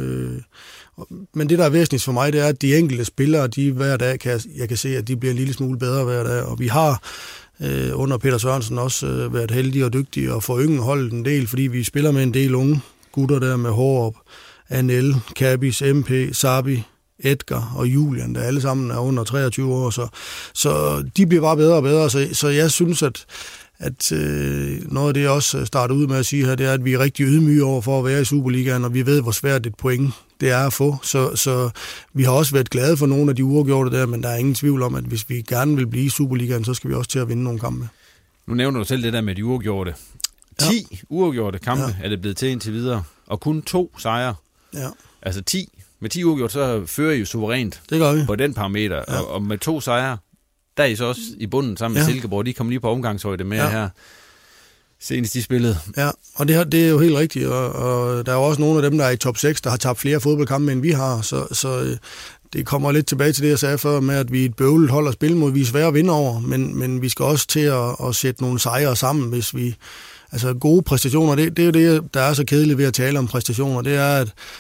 Men det, der er væsentligt for mig, det er, at de enkelte spillere, de hver dag, jeg kan se, at de bliver en lille smule bedre hver dag, og vi har under Peter Sørensen også været heldige og dygtige og forynge holdet en del, fordi vi spiller med en del unge gutter der med Hårup, Anel, Kabis, MP, Sabi, Edgar og Julian, der alle sammen er under 23 år, så de bliver bare bedre og bedre, så jeg synes, at noget af det, jeg også starter ud med at sige her, det er, at vi er rigtig ydmyge over for at være i Superligaen, og vi ved, hvor svært et point det er at få. Så vi har også været glade for nogle af de uafgjorte der, men der er ingen tvivl om, at hvis vi gerne vil blive i Superligaen, så skal vi også til at vinde nogle kampe. Nu nævner du selv det der med de uafgjorte. 10 uafgjorte kampe er det blevet til indtil videre, og kun 2 sejre. Ja. Altså 10. Med 10 uafgjorte, så fører I jo suverænt på den parameter, og med 2 sejre, der er I så også i bunden sammen med Silkeborg. De kom lige på omgangshøjde med her senest de spillede. Ja, og det er jo helt rigtigt, og der er jo også nogle af dem, der er i top 6, der har tabt flere fodboldkampe, end vi har, så det kommer lidt tilbage til det, jeg sagde før, med at vi er et bøvlet hold at spille mod. Vi er svære at vinde over, men vi skal også til at sætte nogle sejre sammen, hvis vi... Altså gode præstationer, det er jo det, der er så kedeligt ved at tale om præstationer, det er,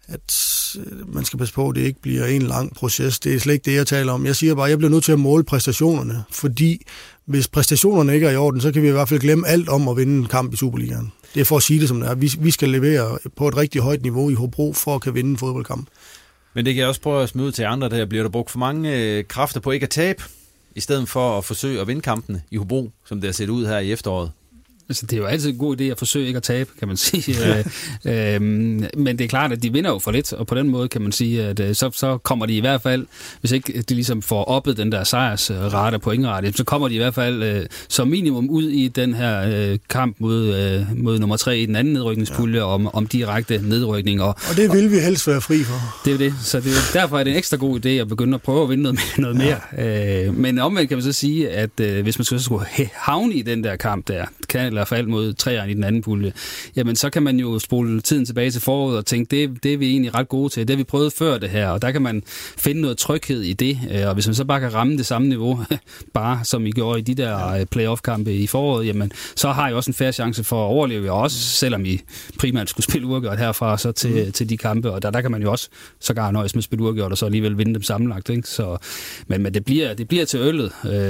man skal passe på, at det ikke bliver en lang proces. Det er slet ikke det, jeg taler om. Jeg siger bare, at jeg bliver nødt til at måle præstationerne, fordi hvis præstationerne ikke er i orden, så kan vi i hvert fald glemme alt om at vinde en kamp i Superligaen. Det er for at sige det som det er. Vi skal levere på et rigtig højt niveau i Hobro for at kan vinde en fodboldkamp. Men det kan jeg også prøve at smide til andre, der bliver der brugt for mange kræfter på ikke at tabe, i stedet for at forsøge at vinde kampene i Hobro, som det har set ud her i efteråret. Altså, det er jo altid en god idé at forsøge ikke at tabe, kan man sige. Men det er klart, at de vinder jo for lidt, og på den måde kan man sige, at så kommer de i hvert fald, hvis ikke de ligesom får oppet den der sejrsrate, pointrate, så kommer de i hvert fald som minimum ud i den her kamp mod nummer 3 i den anden nedrykningspulje om direkte nedrykning. Og det vil vi helst være fri for. Det er jo det. Så derfor er det en ekstra god idé at begynde at prøve at vinde noget mere. Men omvendt kan man så sige, at hvis man skulle havne i den der kamp der, eller fald mod træerne i den anden pulje, jamen så kan man jo spole tiden tilbage til foråret og tænke, det er vi egentlig ret gode til. Det har vi prøvet før det her, og der kan man finde noget tryghed i det. Og hvis man så bare kan ramme det samme niveau, bare som I gjorde i de der playoff-kampe i foråret, jamen så har I også en fair chance for at overleve, og også selvom I primært skulle spille uafgjort herfra så til de kampe, og der kan man jo også sågar nøjes med at spille uafgjort, og så alligevel vinde dem sammenlagt. Ikke? Så, men det bliver til øllet,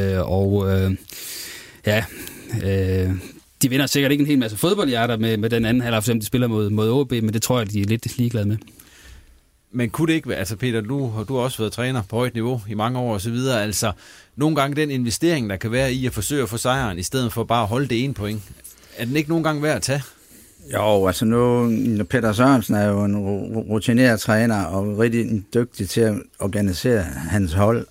de vinder sikkert ikke en hel masse fodboldhjerter med den anden halvleg, for eksempel de spiller mod OB, men det tror jeg, de er lidt ligeglade med. Men kunne det ikke være, altså Peter, du har også været træner på højt niveau i mange år og så videre, altså nogle gange den investering, der kan være i at forsøge at få sejren, i stedet for bare at holde det ene point, er den ikke nogle gange værd at tage? Jo, altså nu, Peter Sørensen er jo en rutineret træner og rigtig dygtig til at organisere hans hold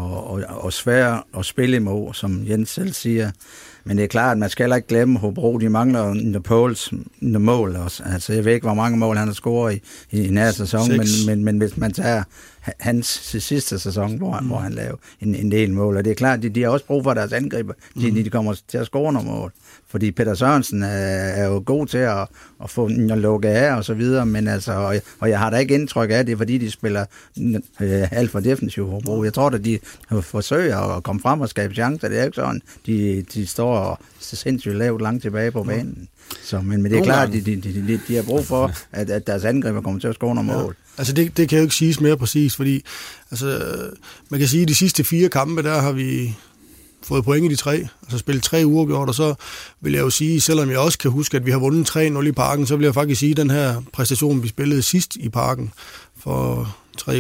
og svær at spille imod, som Jens selv siger. Men det er klart, at man skal heller ikke glemme Hobro. De mangler Pauls mål også. Altså, jeg ved ikke, hvor mange mål han har scoret i den her sæson, men hvis man tager hans sidste sæson, hvor han lavede en del mål, og det er klart, de har også brug for deres angriber. De kommer til at score nogle mål. Fordi Peter Sørensen er jo god til at få den at lukke af og så videre, men altså, og jeg har da ikke indtryk af det, fordi de spiller alt for defensiv Hobro. Jeg tror, at de forsøger at komme frem og skabe chancer. Det er ikke sådan, de står sindssygt lavt langt tilbage på banen. Så, men det er klart, at de har brug for, at deres angriber kommer til at score nogle mål. Altså det kan jo ikke siges mere præcis, fordi altså, man kan sige, at de sidste 4 kampe, der har vi fået point i de 3, altså spillet 3 uafgjort, og så vil jeg jo sige, selvom jeg også kan huske, at vi har vundet 3-0 i Parken, så vil jeg faktisk sige, at den her præstation, vi spillede sidst i Parken for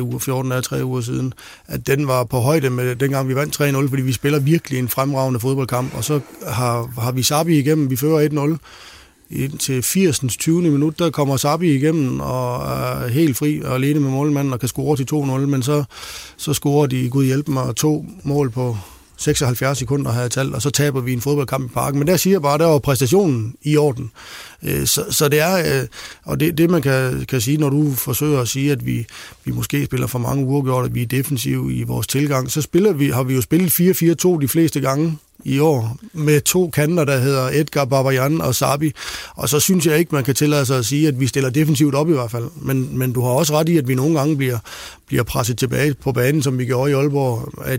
3 uger siden, at den var på højde med dengang vi vandt 3-0, fordi vi spiller virkelig en fremragende fodboldkamp, og så har vi Sabi igennem, vi fører 1-0. Til 80. 20. minut, der kommer Sabi igennem og er helt fri og alene med målmanden og kan score til 2-0, men så scorer de, Gud hjælpe mig, 2 mål på 76 sekunder har jeg talt, og så taber vi en fodboldkamp i Parken. Men der siger jeg bare, der var præstationen i orden. Så det er, og det man kan sige, når du forsøger at sige, at vi måske spiller for mange uafgjort, at vi er defensive i vores tilgang, så har vi jo spillet 4-4-2 de fleste gange i år, med 2 kanter, der hedder Edgar Babayan og Sabi. Og så synes jeg ikke, man kan tillade sig at sige, at vi stiller defensivt op i hvert fald. Men du har også ret i, at vi nogle gange bliver presset tilbage på banen, som vi gjorde i Aalborg, af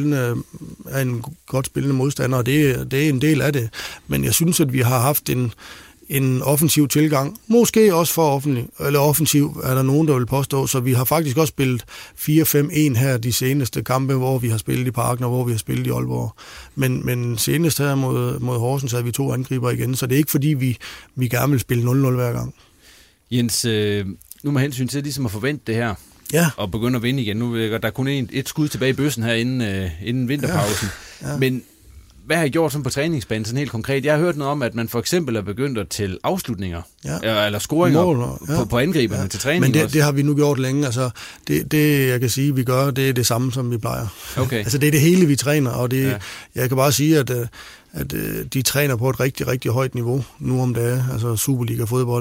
en godt spillende modstander, og det er en del af det. Men jeg synes, at vi har haft en offensiv tilgang. Måske også for offensiv, er der nogen, der vil påstå. Så vi har faktisk også spillet 4-5-1 her de seneste kampe, hvor vi har spillet i Parken og hvor vi har spillet i Aalborg. Men senest her mod Horsens havde vi 2 angriber igen, så det er ikke fordi, vi gerne vil spille 0-0 hver gang. Jens, nu med hensyn til ligesom at forvente det her, og begynde at vinde igen. Nu der er kun et skud tilbage i bøssen her inden vinterpausen. Ja. Men hvad har I gjort sådan på træningsbanen, sådan helt konkret? Jeg har hørt noget om, at man for eksempel er begyndt til afslutninger, eller scoringer på angriberne til træning. Men det har vi nu gjort længe. Altså, det jeg kan sige, vi gør, det er det samme, som vi plejer. Okay. Altså, det er det hele, vi træner, og jeg kan bare sige, at de træner på et rigtig, rigtig højt niveau nu om dagen. Altså Superliga-fodbold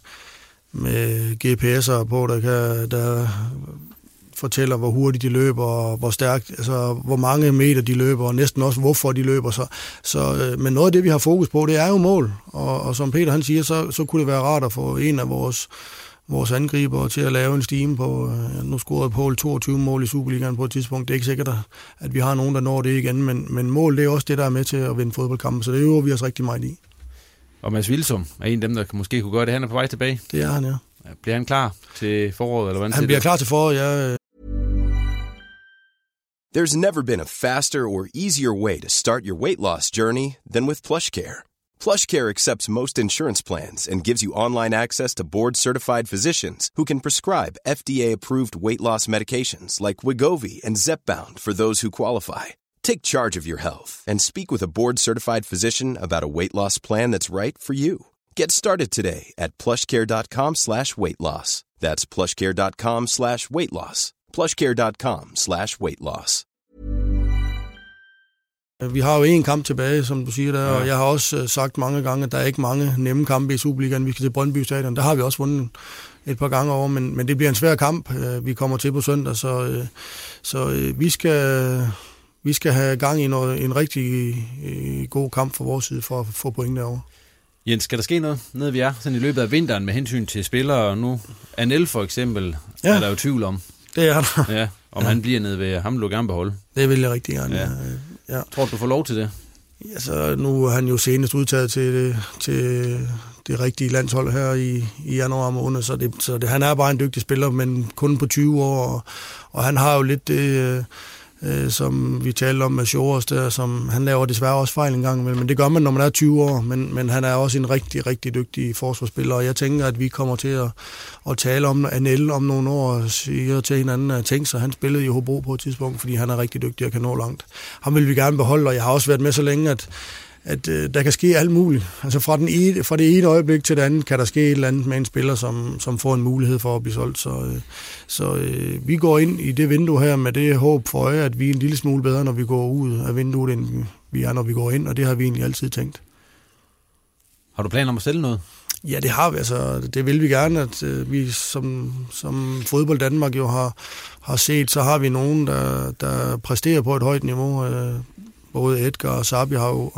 med GPS'er på, der fortæller, hvor hurtigt de løber, og hvor stærkt, altså hvor mange meter de løber, og næsten også, hvorfor de løber. Men noget af det, vi har fokus på, det er jo mål. Og som Peter han siger, så kunne det være rart at få en af vores angriber til at lave en stime på, nu scorede Paul 22 mål i Superligaen på et tidspunkt. Det er ikke sikkert, at vi har nogen, der når det igen, men mål, det er også det, der er med til at vinde fodboldkampen, så det øver vi os rigtig meget i. Og Mads Vilsum er en af dem, der måske kunne gøre det. Han er på vej tilbage. Det er han, ja. Bliver han klar til foråret, eller hvad? Han bliver klar til foråret, ja. There's never been a faster or easier way to start your weight loss journey than with PlushCare. PlushCare accepts most insurance plans and gives you online access to board-certified physicians who can prescribe FDA-approved weight loss medications like Wegovy and Zepbound for those who qualify. Take charge of your health and speak with a board-certified physician about a weight loss plan that's right for you. Get started today at plushcare.com/weightloss. That's plushcare.com/weightloss. plushcare.com/weightloss. Vi har jo en kamp tilbage, som du siger der, og jeg har også sagt mange gange, at der er ikke mange nemme kampe i Superligaen. Vi skal til Brøndby Stadion. Der har vi også vundet et par gange over, men det bliver en svær kamp, vi kommer til på søndag, så vi skal have gang i en rigtig god kamp fra vores side for at få point derovre. Jens, skal der ske noget nede vi er sådan i løbet af vinteren med hensyn til spillere? Nu Anel for eksempel, er der jo tvivl om. Det er der. Ja, han bliver nede ved ham, vil du gerne beholde. Det vil jeg rigtig gerne, ja. Tror du får lov til det? Altså, nu er han jo senest udtaget til det rigtige landshold her i januar måned, så han er bare en dygtig spiller, men kun på 20 år, og han har jo lidt det, som vi talte om med Shores der, som han laver desværre også fejl en gang imellem, men det gør man, når man er 20 år, men han er også en rigtig, rigtig dygtig forsvarsspiller, og jeg tænker, at vi kommer til at tale om Anel om nogle år, og siger til hinanden, at tænke sig, han spillede i Hobro på et tidspunkt, fordi han er rigtig dygtig og kan nå langt. Ham vil vi gerne beholde, og jeg har også været med så længe, at der kan ske alt muligt. Altså fra det ene øjeblik til det andet kan der ske et eller andet med en spiller, som får en mulighed for at blive solgt. Så vi går ind i det vindue her med det håb for øje, at vi er en lille smule bedre, når vi går ud af vinduet, end vi er, når vi går ind, og det har vi egentlig altid tænkt. Har du planer om at sælge noget? Ja, det har vi. Altså, det vil vi gerne, at vi som Fodbold Danmark jo har set, så har vi nogen, der præsterer på et højt niveau. Både Edgar og Sabi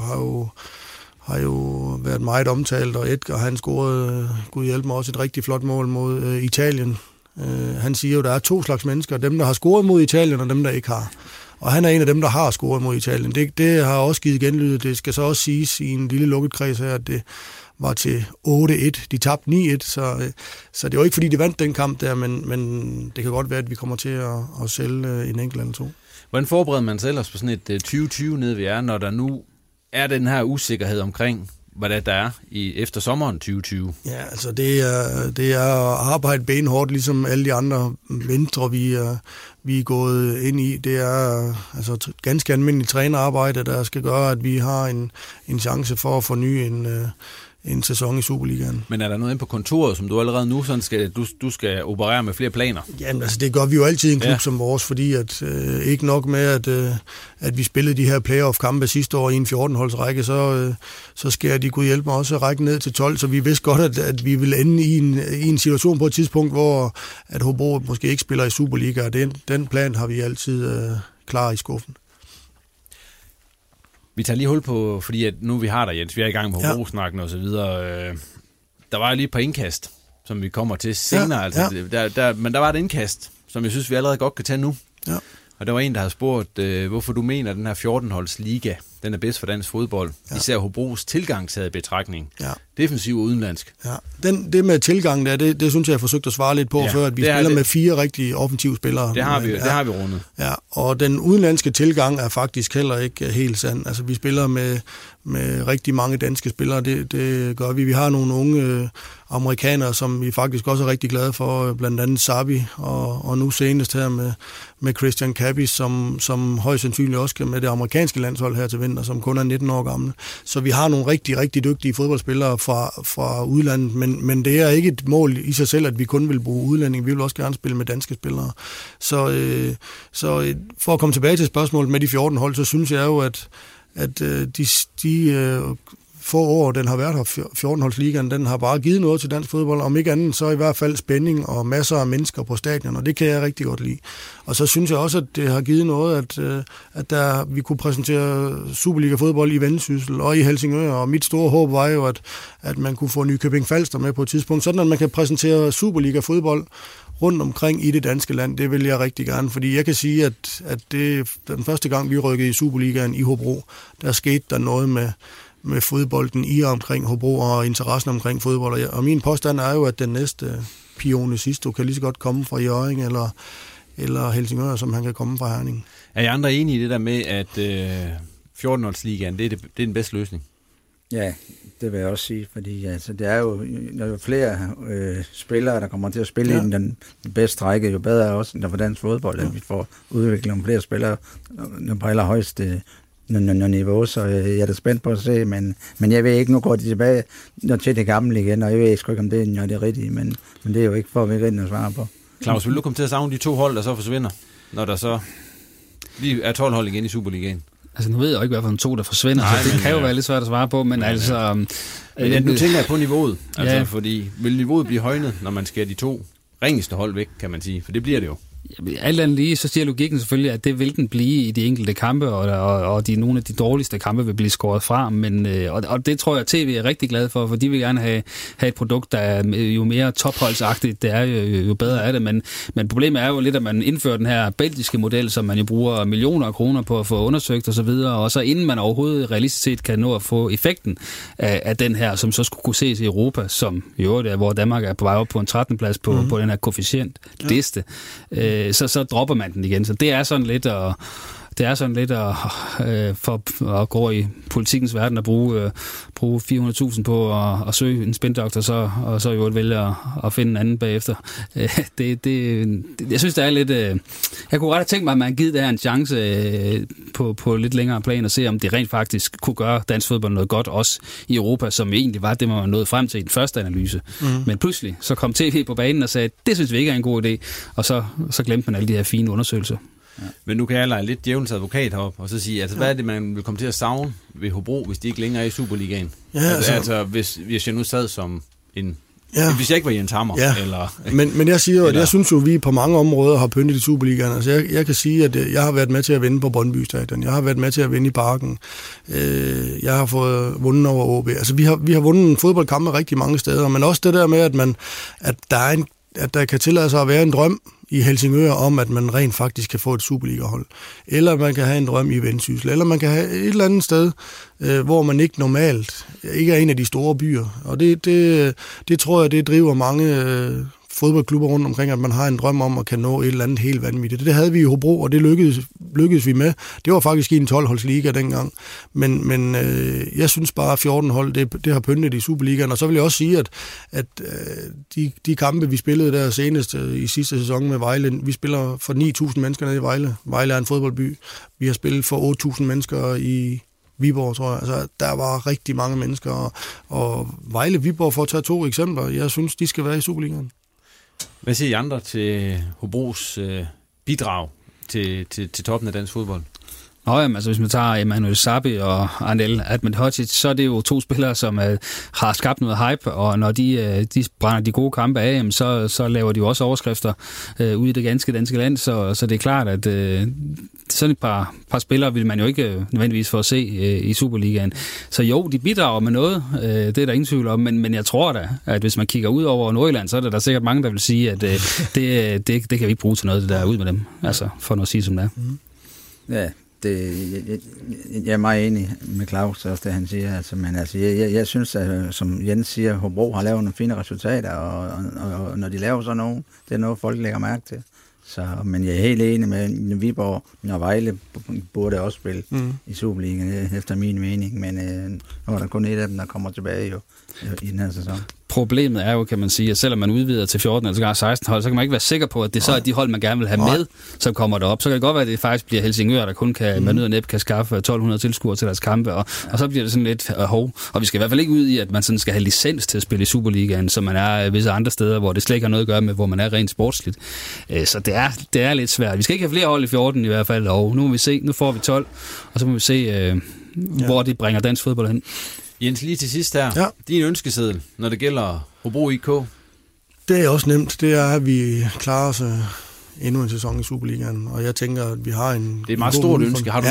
har jo været meget omtalt, og Edgar, han scorede, Gud hjælpe mig, også et rigtig flot mål mod Italien. Han siger jo, der er 2 slags mennesker, dem der har scoret mod Italien, og dem der ikke har. Og han er en af dem, der har scoret mod Italien. Det har også givet genlyd. Det skal så også siges i en lille lukket kreds her, at det var til 8-1. De tabte 9-1, så det var ikke fordi, de vandt den kamp der, men det kan godt være, at vi kommer til at sælge en enkelt eller 2. Hvordan forbereder man sig ellers på sådan et 2020 nede vi er, når der nu er den her usikkerhed omkring, hvad der er efter sommeren 2020? Ja, altså det er at arbejde benhårdt, ligesom alle de andre vintre, vi er gået ind i. Det er altså ganske almindeligt trænerarbejde, der skal gøre, at vi har en chance for at forny en sæson i Superligaen. Men er der noget inde på kontoret, som du allerede nu sådan du skal operere med flere planer? Jamen, altså det gør vi jo altid i en klub som vores, fordi at ikke nok med, at vi spillede de her playoff-kampe sidste år i en 14-holdsrække, så skal de, Gud hjælpe mig, også række ned til 12, så vi vidste godt, at vi ville ende i en situation på et tidspunkt, hvor at Hobro måske ikke spiller i Superliga, og den plan har vi altid klar i skuffen. Vi tager lige hul på, fordi at nu vi har der, Jens, vi er i gang med Hobro-snakken og så videre. Der var lige et par indkast, som vi kommer til senere. Men der var et indkast, som jeg synes, vi allerede godt kan tage nu. Ja. Og der var en, der havde spurgt, hvorfor du mener, at den her 14-holds liga, den er bedst for dansk fodbold. Ja. Især Hobros tilgang taget i betragtning. Ja. Defensiv og udenlandsk. Ja. Det med tilgang der, det synes jeg, jeg forsøgte at svare lidt på før, at vi spiller med 4 rigtig offensive spillere. Det har vi rundet. Ja, og den udenlandske tilgang er faktisk heller ikke helt sand. Altså vi spiller med rigtig mange danske spillere, det gør vi. Vi har nogle unge amerikanere, som vi faktisk også er rigtig glade for, blandt andet Sabi, og nu senest her med Christian Kappis, som højst sandsynligt også skal med det amerikanske landshold her til vinter, som kun er 19 år gammel. Så vi har nogle rigtig, rigtig dygtige fodboldspillere fra udlandet, men det er ikke et mål i sig selv, at vi kun vil bruge udlændinge. Vi vil også gerne spille med danske spillere. Så for at komme tilbage til spørgsmålet med de 14 hold, så synes jeg jo, at de få år, den har været her, 14-holdsligaen, den har bare givet noget til dansk fodbold. Om ikke andet, så i hvert fald spænding og masser af mennesker på stadion, og det kan jeg rigtig godt lide. Og så synes jeg også, at det har givet noget, at vi kunne præsentere Superliga-fodbold i Vendsyssel og i Helsingør, og mit store håb var jo, at man kunne få Nykøbing Falster med på et tidspunkt, sådan at man kan præsentere Superliga-fodbold rundt omkring i det danske land. Det vil jeg rigtig gerne, fordi jeg kan sige, at det den første gang, vi rykkede i Superligaen i Hobro, der skete der noget med fodbolden i og omkring Hobro og interessen omkring fodbold. Og min påstand er jo, at den næste Pione Sisto kan lige så godt komme fra Hjørring eller Helsingør, som han kan komme fra Herning. Er I andre enige i det der med, at 14-årsligaen, det er den bedste løsning? Ja, det vil jeg også sige, fordi altså, det er jo flere spillere, der kommer til at spille i den bedste række, jo bedre også for dansk fodbold, at vi får udviklet nogle flere spillere på allerhøjeste niveau, så jeg er da spændt på at se, men jeg ved ikke, nu går de tilbage til det gamle igen, og jeg ved ikke, om det er rigtigt, men det er jo ikke for, at vi ikke rigtig svare på. Claus, vil du komme til at savne de 2 hold, der så forsvinder, når der så lige er 12 hold igen i Superligaen? Altså, nu ved jeg jo ikke, hvad for en 2, der forsvinder, nej, så det kan jo være lidt svært at svare på, men altså... Men nu tænker jeg på niveauet, altså, fordi vil niveauet blive højnet, når man skærer de 2 ringeste hold væk, kan man sige, for det bliver det jo. Alt andet lige, så siger logikken selvfølgelig, at det vil den blive i de enkelte kampe, og nogle af de dårligste kampe vil blive skåret fra, men, og det tror jeg, at TV er rigtig glad for de vil gerne have et produkt, der er jo mere topholdsagtigt, det er jo bedre er det, men problemet er jo lidt, at man indfører den her belgiske model, som man jo bruger millioner af kroner på at få undersøgt og så videre, og så inden man overhovedet realistisk set kan nå at få effekten af den her, som så skulle kunne ses i Europa, som jo det er, hvor Danmark er på vej op på en 13. plads på den her koefficientliste, så dropper man den igen. Så det er sådan lidt for at gå i politikens verden og bruge 400.000 på at søge en spindoktor, og så jo vælge at finde en anden bagefter. Jeg synes, det er lidt... Jeg kunne ret have tænkt mig, at man har givet det her en chance på lidt længere plan og se, om det rent faktisk kunne gøre dansk fodbold noget godt, også i Europa, som egentlig var det, man nåede frem til i den første analyse. Men pludselig så kom TV på banen og sagde, det synes vi ikke er en god idé, og så glemte man alle de her fine undersøgelser. Ja. Men nu kan jeg lege lidt djævelens advokat heroppe, og så sige, altså, hvad er det, man vil komme til at savne ved Hobro, hvis de ikke længere er i Superligaen? Ja, altså hvis jeg nu sad som en... Ja. Hvis jeg ikke var Jens Hammer. Ja. Eller, men jeg siger jo, at jeg synes jo, at vi på mange områder har pyntet i Superligaen. Altså jeg kan sige, at jeg har været med til at vinde på Brøndby Stadion. Jeg har været med til at vinde i Parken. Jeg har fået vundet over OB. Altså vi har vundet en fodboldkamp rigtig mange steder, men også det der med, at der kan tillade sig at være en drøm i Helsingør om, at man rent faktisk kan få et Superliga-hold. Eller man kan have en drøm i Vendsyssel. Eller man kan have et eller andet sted, hvor man ikke normalt ikke er en af de store byer. Og det tror jeg, det driver mange fodboldklubber rundt omkring, at man har en drøm om at kan nå et eller andet helt vanvittigt. Det havde vi i Hobro, og det lykkedes vi med. Det var faktisk i en 12-holdsliga dengang. Men jeg synes bare, at 14 hold, det har pyntet i Superligaen. Og så vil jeg også sige, at de kampe, vi spillede der senest i sidste sæson med Vejle, vi spiller for 9.000 mennesker nede i Vejle. Vejle er en fodboldby. Vi har spillet for 8.000 mennesker i Viborg, tror jeg. Altså, der var rigtig mange mennesker. Og Vejle-Viborg, for at tage 2 eksempler, jeg synes, de skal være i Superligaen. Hvad siger I andre til Hobros bidrag til toppen af dansk fodbold? Nå, jamen, altså hvis man tager Emmanuel Sabi og Arnel Ahmedhodzic, så er det jo 2 spillere, som har skabt noget hype, og når de brænder de gode kampe af, jamen, så laver de jo også overskrifter ude i det ganske danske land, så det er klart, at sådan et par spillere vil man jo ikke nødvendigvis få at se i Superligaen. Så jo, de bidrager med noget, det er der ingen tvivl om, men jeg tror da, at hvis man kigger ud over Nordjylland, så er der sikkert mange, der vil sige, at det kan vi ikke bruge til noget, det der ud med dem, altså for noget at sige som det er. Ja. Jeg er meget enig med Claus også, det han siger. Altså, men altså, jeg synes, at, som Jens siger, Hobro har lavet nogle fine resultater, og når de laver sådan nogle, det er noget, folk lægger mærke til. Så, men jeg er helt enig med Viborg, når Vejle burde også spille i Superligaen, efter min mening. Men nu er der kun et af dem, der kommer tilbage jo, i den her sæson. Problemet er jo, kan man sige, at selvom man udvider til 14 eller sågar 16 hold, så kan man ikke være sikker på, at det så er de hold, man gerne vil have med, som kommer derop. Så kan det godt være, at det faktisk bliver Helsingør, der kun kan med nød og næppe kan skaffe 1200 tilskuere til deres kampe, og så bliver det sådan lidt hov. Og vi skal i hvert fald ikke ud i, at man sådan skal have licens til at spille i Superligaen, som man er visse andre steder, hvor det slet ikke har noget at gøre med, hvor man er rent sportsligt. Så det er lidt svært. Vi skal ikke have flere hold i 14 i hvert fald, og nu må vi se, nu får vi 12, og så må vi se, hvor det bringer dansk fodbold hen. Jens, lige til sidst her. Ja. Din ønskeseddel, når det gælder Hobro IK? Det er også nemt. Det er, at vi klarer os endnu en sæson i Superligaen. Og jeg tænker, at vi har en... Det er et meget stort ønske. Har du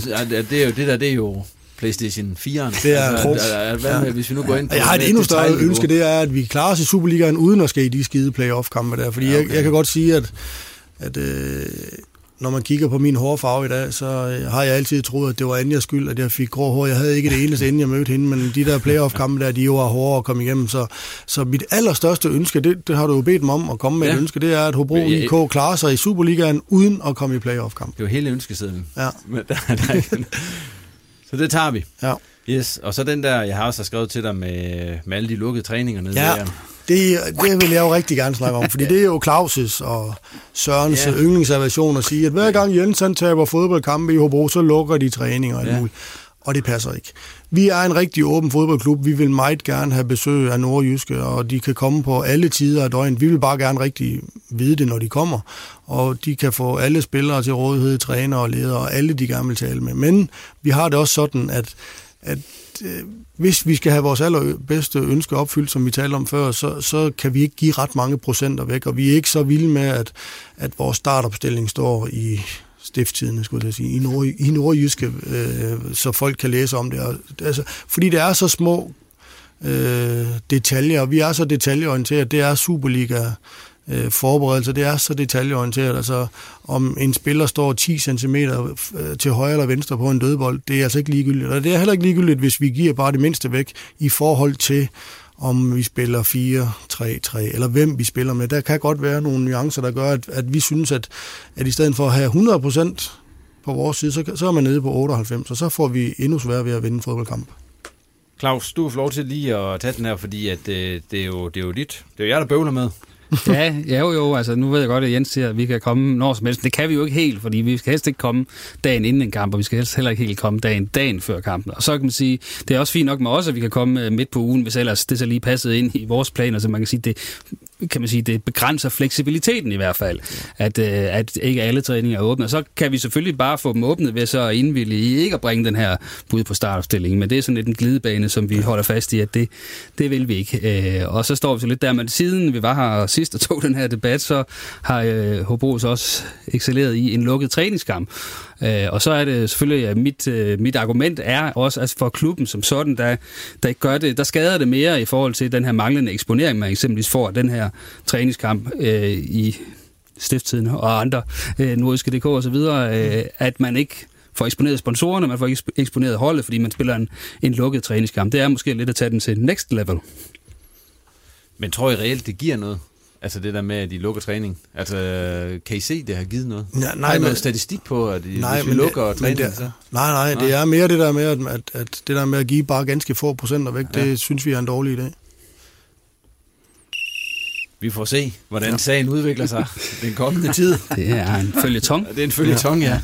det er jo PlayStation 4'eren. Det er hvis vi nu går ind på... Jeg har et endnu større ønske, det er, at vi klarer os i Superligaen uden at skal i de skide playoff-kampe der. Fordi jeg kan godt sige, at når man kigger på min hårfarve i dag, så har jeg altid troet, at det var Anjas skyld, at jeg fik grå hår. Jeg havde ikke det eneste, inden jeg mødte hende, men de der playoff-kampe der, de jo var hårde at komme igennem. Så mit allerstørste ønske, det har du jo bedt mig om at komme med et ønske, det er, at Hobro IK klarer sig i Superligaen uden at komme i playoff-kamp. Det er jo hele ønskesedlen. Ja. Så det tager vi. Ja. Yes. Og så den der, jeg har også skrevet til dig med alle de lukkede træninger nede der. Det vil jeg jo rigtig gerne snakke om, fordi det er jo Claus' og Sørens yndlingsaversion at sige, at hver gang Jens han taber fodboldkampe i Hobro, så lukker de træninger og alt muligt. Og det passer ikke. Vi er en rigtig åben fodboldklub. Vi vil meget gerne have besøg af Nordjyske, og de kan komme på alle tider af døgnet. Vi vil bare gerne rigtig vide det, når de kommer. Og de kan få alle spillere til rådighed, trænere og ledere, og alle de gerne vil tale med. Men vi har det også sådan, at hvis vi skal have vores allerbedste ønske opfyldt, som vi talte om før, så kan vi ikke give ret mange procenter væk, og vi er ikke så vilde med, at vores startopstilling står i Stiftstidende, skulle jeg sige, i Nordjyske, så folk kan læse om det. Altså, fordi det er så små detaljer, og vi er så detaljeorienteret, det er Superliga forberedelse, det er så detaljeorienteret, altså om en spiller står 10 cm til højre eller venstre på en dødbold, det er altså ikke ligegyldigt, og det er heller ikke ligegyldigt, hvis vi giver bare det mindste væk i forhold til, om vi spiller 4-3-3, eller hvem vi spiller med. Der kan godt være nogle nuancer, der gør, at vi synes, at i stedet for at have 100% på vores side, så er man nede på 98, og så får vi endnu sværere ved at vinde fodboldkamp. Claus, du får lov til lige at tage den her, fordi at det er jo dit. Det er jo jer, der bøvler med. Jo, altså nu ved jeg godt, at Jens siger, at vi kan komme når som helst. Det kan vi jo ikke helt, fordi vi skal helst ikke komme dagen inden en kamp, og vi skal helst heller ikke helt komme dagen før kampen. Og så kan man sige, det er også fint nok med os, at vi kan komme midt på ugen, hvis ellers det så lige passede ind i vores planer, så man kan sige, det begrænser fleksibiliteten i hvert fald, at ikke alle træninger er åbne. Og så kan vi selvfølgelig bare få dem åbnet ved så at indvillige i ikke at bringe den her bud på startopstillingen, men det er sådan lidt en glidebane, som vi holder fast i, at det vil vi ikke. Og så står vi så lidt der, men siden vi var her sidst og tog den her debat, så har Hobro så også excelleret i en lukket træningskamp. Og så er det selvfølgelig, mit argument er også, altså for klubben som sådan, der ikke gør det, der skader det mere i forhold til den her manglende eksponering, man eksempelvis får af den her træningskamp i Stiftstiden og andre nordiske DK og så videre, at man ikke får eksponeret sponsorerne, man får ikke eksponeret holdet, fordi man spiller en lukket træningskamp. Det er måske lidt at tage den til next level. Men tror I reelt, det giver noget? Altså det der med, at de lukker træning. Altså, kan I se, det har givet noget? Ja, nej, har I noget statistik på, at hvis vi lukker træning? Nej, det er mere det der med, at det der med at give bare ganske få procenter væk, det synes vi er en dårlig idé. Vi får se, hvordan sagen udvikler sig den kommende tid. Det er en føljeton. Det er en føljeton, ja.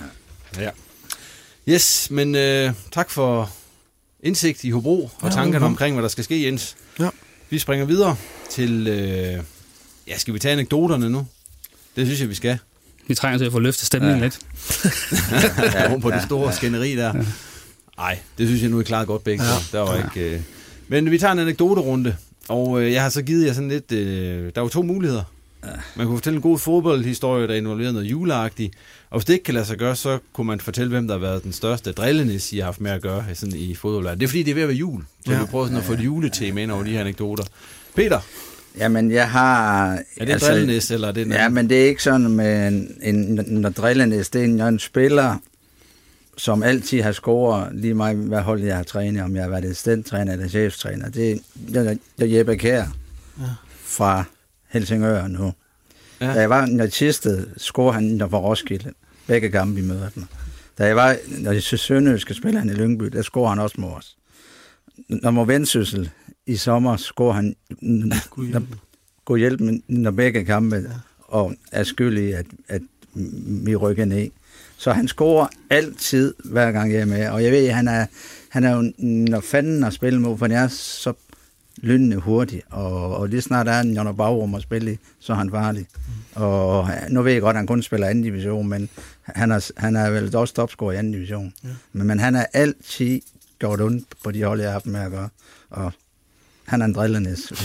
Yes, men tak for indsigt i Hobro og tankerne omkring, hvad der skal ske, Jens. Ja. Vi springer videre til... skal vi tage anekdoterne nu? Det synes jeg, vi skal. Vi trænger til at få løftet stemningen lidt. Oven på det store skænderi der. Nej, det synes jeg nu er klaret godt begge. Der var ikke... Men vi tager en anekdoterunde, og jeg har så givet jer sådan lidt... der var 2 muligheder. Man kunne fortælle en god fodboldhistorie, der involverer noget juleagtigt. Og hvis det ikke kan lade sig gøre, så kunne man fortælle, hvem der har været den største drillenis, I har haft med at gøre sådan i fodbold. Det er fordi, det er ved at være jul. Så vi prøver sådan at få et juletema ind over de her anekdoter. Peter? Jamen, jeg har... Er det drillenis, eller er det noget? Ja, men det er ikke sådan med en drillenis. Det er en spiller, som altid har scoret lige meget, hvad hold jeg har trænet, om jeg har været assistenttræner eller cheftræner. Det er Jeppe Kjær fra Helsingør nu. Ja. Da jeg var i Tisted, scorede han for Roskilde. Begge kampe i møder dem. Da jeg var i Sønderjyske spiller han i Lyngby, der scorede han også mod os. Når man Vendsyssel i sommer, scorede han god hjælp når begge kampe, og er skyldig, at vi rykker ned. Så han scorer altid, hver gang jeg er med. Og jeg ved, han er jo når fanden at spille mod, for han er så lynende hurtigt, og lige snart er han når bagrum at spille i, så er han farlig. Og nu ved jeg godt, at han kun spiller 2. division, men han er vel også topscorer i 2. division. Ja. Men han er altid gjort ondt på de hold, jeg har haft med at gøre. Og han er en drillenis.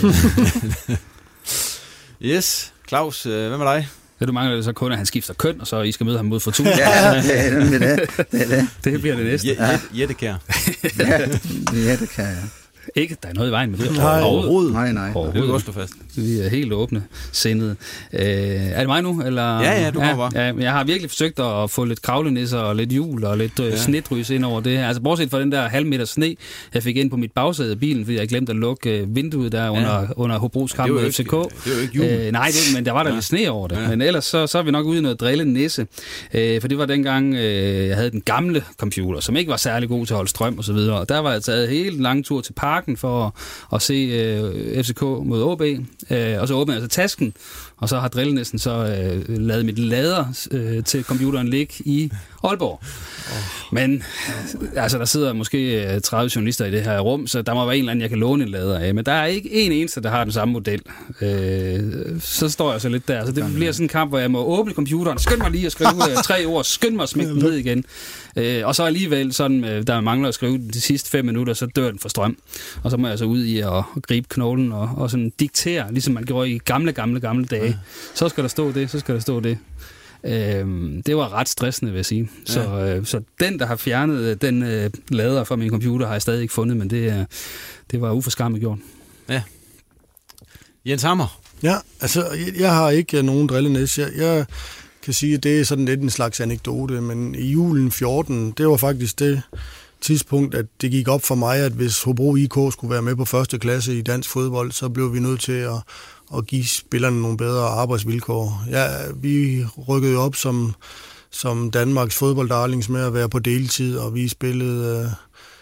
Yes. Claus, hvad med dig? Det mangler det så kun, at han skifter køn, og så I skal møde ham mod Fortuna. Ja, det er nemlig det. Det bliver det næste. Jette Kjær. Jette Kjær, ja. Ikke, der er noget i vejen med det. Nej, overhovedet. Nej. Overhovedet. Det vil godt stå fast. Vi er helt åbne sindede. Er det mig nu? Eller? Ja, du kommer bare. Ja, jeg har virkelig forsøgt at få lidt kravlenisser og lidt hjul og lidt snedrys ind over det her. Altså bortset fra den der halvmeter sne, jeg fik ind på mit bagsæde af bilen, fordi jeg glemte at lukke vinduet der under Hobros kamp med FCK. Det var jo ikke jul. Nej, men der var der lidt sne over det. Ja. Men ellers så er vi nok ude i noget drillenisse. For det var dengang, jeg havde den gamle computer, som ikke var særlig god til at holde strøm og så videre. Og der var jeg taget hele en lang tur til parken for at se FCK mod OB. Og så åbnede jeg så tasken, og så har drillenissen så lavet mit lader til computeren ligge i Aalborg. Men altså, der sidder måske 30 journalister i det her rum, så der må være en eller anden, jeg kan låne en lader af. Men der er ikke en eneste, der har den samme model. Så står jeg så lidt der. Så det bliver sådan en kamp, hvor jeg må åbne computeren, skynd mig lige at skrive 3 ord, skynd mig at smække den ned igen. Og så alligevel, sådan, der mangler at skrive de sidste 5 minutter, så dør den for strøm. Og så må jeg så ud i at gribe knoglen og sådan diktere, ligesom man gjorde i gamle dage. Ja. Så skal der stå det. Det var ret stressende, vil jeg sige. Ja. Så den, der har fjernet den lader fra min computer, har jeg stadig ikke fundet, men det var uforskammet gjort. Ja. Jens Hammer. Ja, altså, jeg har ikke nogen drillenæs. Jeg kan sige, at det er sådan lidt en slags anekdote, men i julen 14, det var faktisk det tidspunkt, at det gik op for mig, at hvis Hobro IK skulle være med på første klasse i dansk fodbold, så blev vi nødt til at give spillerne nogle bedre arbejdsvilkår. Ja, vi rykkede op som Danmarks fodbolddarlings med at være på deltid, og vi spillede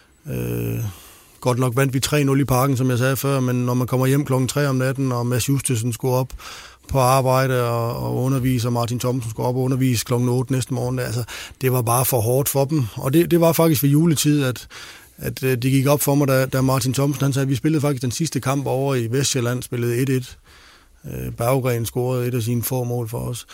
godt nok vandt vi 3-0 i parken, som jeg sagde før, men når man kommer hjem klokken 3 om natten, og Mads Justesen skulle op på arbejde og undervise, og Martin Thomsen skulle op og undervise klokken 8 næste morgen, altså, det var bare for hårdt for dem. Og det var faktisk ved juletid, at det gik op for mig, da Martin Thomsen, han sagde, at vi spillede faktisk den sidste kamp over i Vestjylland, spillede 1-1. Berggren scorede et af sine få mål for os.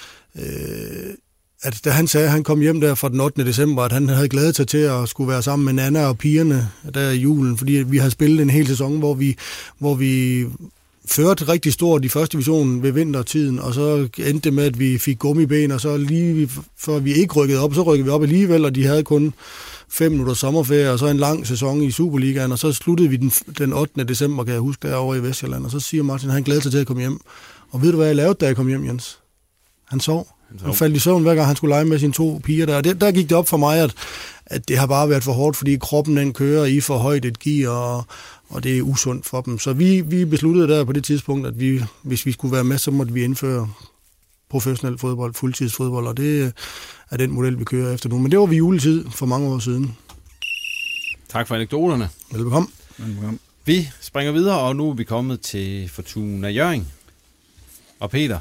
At da han sagde, at han kom hjem der fra den 8. december, at han havde glædet sig til at skulle være sammen med Nana og pigerne der i julen, fordi vi havde spillet en hel sæson, hvor vi førte rigtig stort i første division ved vintertiden, og så endte det med, at vi fik gummiben, og så lige før vi ikke rykkede op, så rykkede vi op alligevel, og de havde kun 5 minutter sommerferie, og så en lang sæson i Superligaen, og så sluttede vi den 8. december, kan jeg huske, derovre i Vestjylland, og så siger Martin, at han glæder sig til at komme hjem. Og ved du, hvad jeg lavede, da jeg kom hjem, Jens? Han sov. Han faldt i søvn, hver gang han skulle lege med sine 2 piger der. Og der gik det op for mig, at det har bare været for hårdt, fordi kroppen den kører i for højt et gear, og det er usundt for dem. Så vi besluttede der på det tidspunkt, at hvis vi skulle være med, så måtte vi indføre professionel fodbold, fuldtidsfodbold, og det er den model, vi kører efter nu. Men det var ved juletid for mange år siden. Tak for anekdoterne. Velbekomme. Vi springer videre, og nu er vi kommet til Fortuna Hjørring. Og Peter,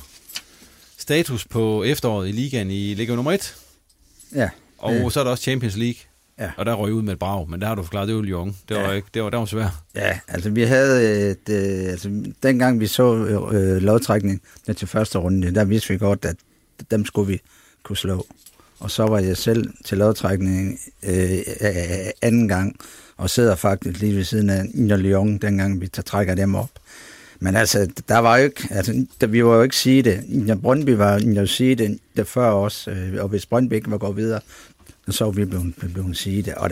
status på efteråret i ligaen i Liga nummer 1. Ja. Og så er der også Champions League. Ja. Og der røg ud med et brag, men der har du forklaret, det var Lyon. Det var svært. Ja, altså vi havde dengang vi så lodtrækning til første runde, der vidste vi godt, at dem skulle vi kunne slå. Og så var jeg selv til lodtrækning anden gang, og sidder faktisk lige ved siden af Lyon, dengang vi trækker dem op. Men altså, der var jo ikke, altså, vi var jo ikke sige det. Brøndby var jo sige det før os, og hvis Brøndby ikke var gået videre, så var vi blevet sige det. Og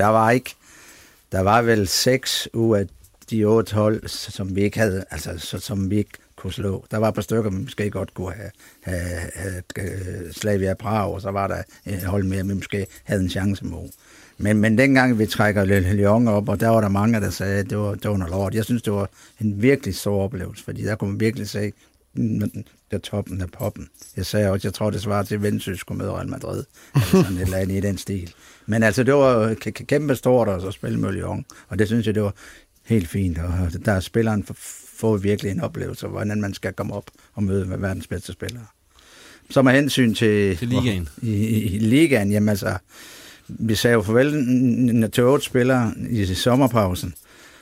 der var vel 6 ud af de 8 hold, som vi ikke havde, altså som vi ikke kunne slå. Der var et par stykker, vi måske godt kunne have Slavia Prag, og så var der et hold mere, vi måske havde en chance mod. Men dengang vi trækker Lyon op, og der var der mange, der sagde, at det var noget lort. Jeg synes, det var en virkelig stor oplevelse, fordi der kunne man virkelig se, der toppen af poppen. Jeg sagde også, jeg tror, det svarer til, at Vendsyssel skulle med Real Madrid. Altså sådan et eller andet i den stil. Men altså, det var kæmpe stort at spille med Lyon, og det synes jeg, det var helt fint. Og der er spilleren får virkelig en oplevelse, hvordan man skal komme op og møde med verdens bedste spillere. Så med hensyn til ligaen. I ligaen, jamen altså, vi sagde jo farvel til 8 spillere i sommerpausen,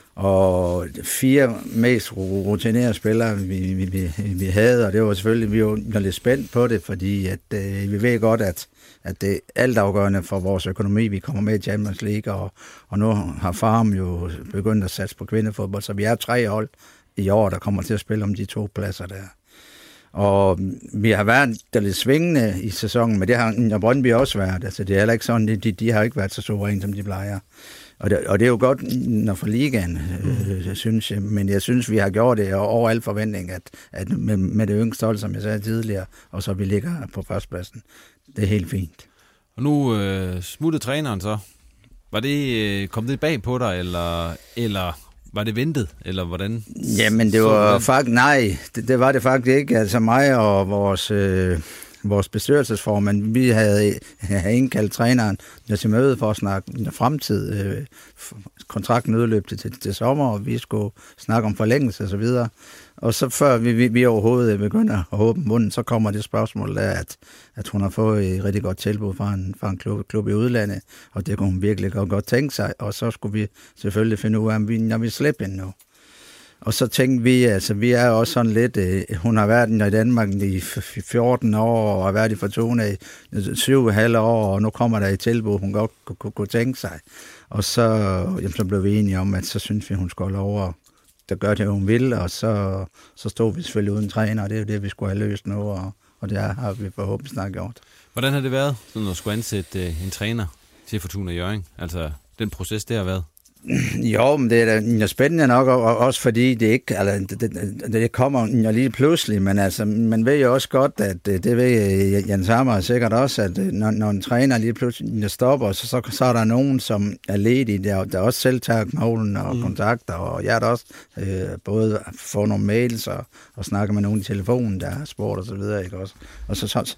og 4 mest rutinerede spillere, vi havde, og det var selvfølgelig, vi var lidt spændt på det, fordi at, vi ved godt, at det er altafgørende for vores økonomi, vi kommer med i Champions League, og nu har Farm jo begyndt at satse på kvindefodbold, så vi er 3 hold i år, der kommer til at spille om de 2 pladser der. Og vi har været der lidt svingende i sæsonen, men det har Brøndby også været. Altså, det er heller ikke sådan, de har ikke været så suveræne, som de plejer. Og det er jo godt, når for ligaen, synes jeg. Men jeg synes, vi har gjort det over al forventning, at med det yngste hold, som jeg sagde tidligere, og så vi ligger på førstepladsen. Det er helt fint. Og nu smuttede træneren så. Var det kom det bag på dig, eller var det ventet, eller hvordan? Jamen, det var faktisk, nej, det var det faktisk ikke. Altså mig og vores bestyrelsesformand, vi havde indkaldt træneren til møde for at snakke fremtid. Kontrakten udløb til sommer, og vi skulle snakke om forlængelse og så videre. Og så før vi overhovedet begynder at håbe munden, så kommer det spørgsmål der, at hun har fået et rigtig godt tilbud fra en klub i udlandet, og det kunne hun virkelig godt tænke sig. Og så skulle vi selvfølgelig finde ud af, når vi slipper hende nu. Og så tænkte vi, altså vi er også sådan lidt, hun har været i Danmark i 14 år, og har været i Fortuna i 7,5 år, og nu kommer der et tilbud, hun godt kunne tænke sig. Og så blev vi enige om, at så synes vi, hun skulle lov der gør det, hun vil, og så stod vi selvfølgelig uden træner, og det er jo det, vi skulle have løst nu, og det har vi forhåbentlig snart gjort. Hvordan har det været, sådan at skulle ansætte en træner til Fortuna Hjørring? Altså den proces, det har været? Jo, men det er da spændende nok, og også fordi det ikke, altså, det kommer lige pludselig, men altså, man ved jo også godt, at det ved Jens Hammer sikkert også, at når en træner lige pludselig stopper, så er der nogen, som er ledige, der også selv tager knoglen og kontakter, og jeg har da også både fået nogle mails og snakker med nogen i telefonen, der har spurgt og så videre, ikke også? Og så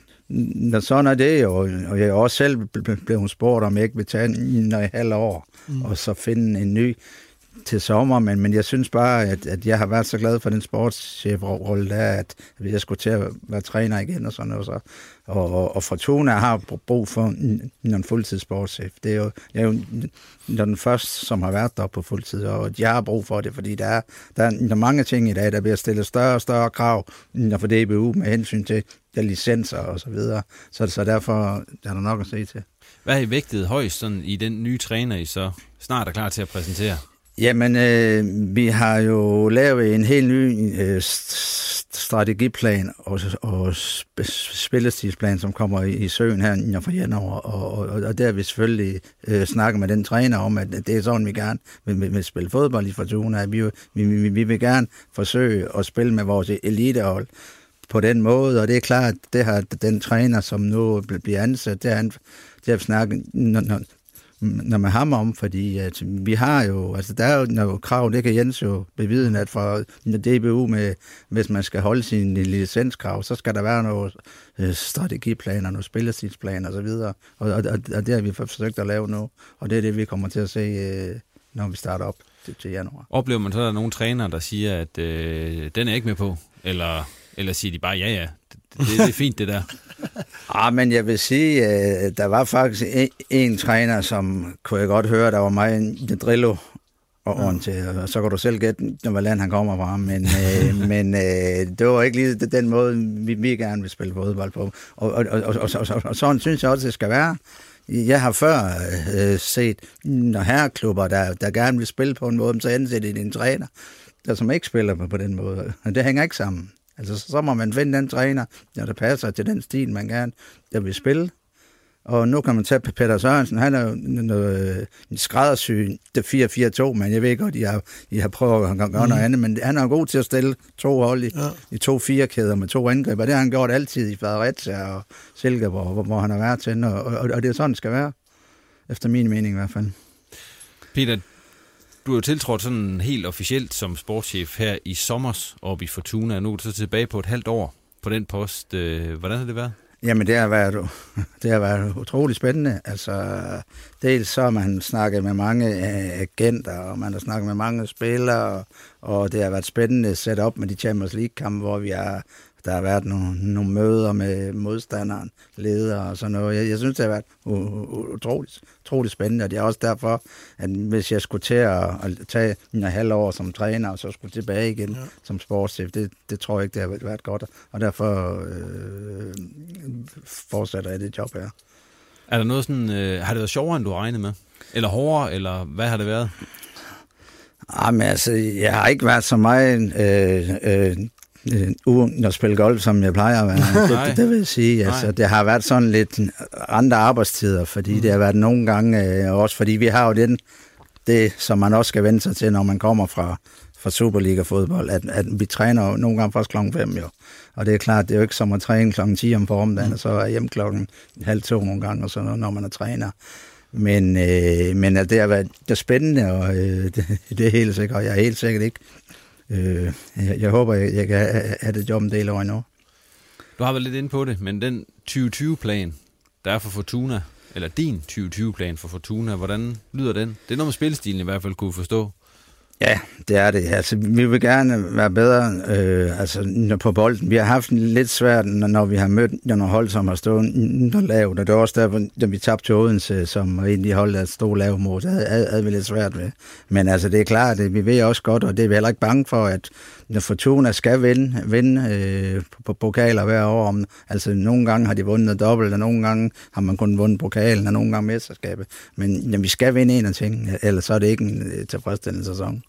sådan er det jo, og jeg også selv blev spurgt, om jeg ikke vil tage en i halv år, og så finde en ny til sommer, men jeg synes bare, at jeg har været så glad for den sportschef-rolle der, at jeg skulle til at være træner igen og sådan noget. Så. Og Fortuna har brug for en fuldtidssportschef. Det er jo den første, som har været der på fuldtid, og jeg har brug for det, fordi der er mange ting i dag, der bliver stillet større og større krav for DBU med hensyn til licenser og så videre. Så derfor er der nok at se til. Hvad har I vægtet højst sådan, i den nye træner, I så snart er klar til at præsentere? Jamen, vi har jo lavet en helt ny strategiplan og spillestilsplan, som kommer i søen her for januar, og der har vi selvfølgelig snakket med den træner om, at det er sådan, vi gerne vil spille fodbold i Fortuna. Vi vil gerne forsøge at spille med vores elitehold på den måde, og det er klart, det har den træner, som nu bliver ansat, det har snakket når man hammer om, fordi at vi har jo, altså der er jo noget krav, det kan Jens jo bevidne, at fra DBU med, hvis man skal holde sin licenskrav, så skal der være nogle strategiplaner, nogle spillestidsplaner og så videre, og det har vi forsøgt at lave nu, og det er det, vi kommer til at se, når vi starter op til januar. Oplever man så, at der er nogle trænere, der siger, at den er ikke med på, eller siger de bare, ja, det er fint det der? Men jeg vil sige, der var faktisk en træner, som kunne jeg godt høre, der var mig en Drillo og til, og så kan du selv gætte, hvad land han kommer fra, men det var ikke lige den måde, vi gerne vil spille fodbold på, og sådan synes jeg også, det skal være. Jeg har før set, når herreklubber, der gerne vil spille på en måde, så ansætter de en træner, der som ikke spiller på den måde, og det hænger ikke sammen. Altså, så må man finde den træner, der passer til den stil, man gerne vil spille. Og nu kan man tage Peter Sørensen, han er jo en skræddersy, det 4-4-2, men jeg ved godt, I har prøvet at gøre noget andet, men han er god til at stille to hold i 2 4-kæder med 2 angreb, og det har han gjort altid i Fredericia og Silkeborg, hvor han har været til, og det er sådan, det skal være, efter min mening i hvert fald. Peter, du er jo tiltrådt sådan helt officielt som sportschef her i sommers oppe i Fortuna, og nu er du så tilbage på et halvt år på den post. Hvordan har det været? Jamen, det har været utroligt spændende. Altså, dels så har man snakket med mange agenter, og man har snakket med mange spillere, og det har været spændende at sætte op med de Champions League-kampe, hvor der har været nogle møder med modstanderen, ledere og sådan noget. Jeg synes, det har været utroligt spændende, og det er også derfor, at hvis jeg skulle til at tage en halv år som træner, og så skulle tilbage igen som sportschef, det tror jeg ikke, det har været godt, og derfor fortsætter jeg det job her. Er der noget sådan, har det været sjovere, end du regnede med? Eller hårdere, eller hvad har det været? Jamen altså, jeg har ikke været så meget uden at spille golf, som jeg plejer at være. Det vil jeg sige. Altså, det har været sådan lidt andre arbejdstider, fordi det har været nogle gange, også fordi vi har jo det, som man også skal vende sig til, når man kommer fra Superliga-fodbold, at vi træner nogle gange først 5:00 jo. Og det er klart, det er jo ikke som at træne 10:00 om formiddagen, og så er hjem 1:30 nogle gange, og sådan noget, når man er træner. Men at det har været det spændende, og det er helt sikkert, og jeg er helt sikkert ikke. Jeg håber, jeg kan have det job en del år endnu. Du har været lidt inde på det, men den 2020-plan, der er for Fortuna, eller din 2020-plan for Fortuna, hvordan lyder den? Det er noget med spillestilen i hvert fald kunne forstå. Ja, det er det. Altså, vi vil gerne være bedre på bolden. Vi har haft lidt svært, når vi har mødt nogle hold, som har stået lavt. Og det var også der, da vi tabte til Odense, som egentlig holdt et stort lavt mod. Det havde vi lidt svært ved. Men altså, det er klart, at vi ved også godt, og det er vi heller ikke bange for, at når Fortuna skal vinde på pokaler hver år. Altså, nogle gange har de vundet dobbelt, og nogle gange har man kun vundet pokalen, og nogle gange mesterskabet. Men vi skal vinde en af tingene, ellers så er det ikke en tilfredsstillende sæson.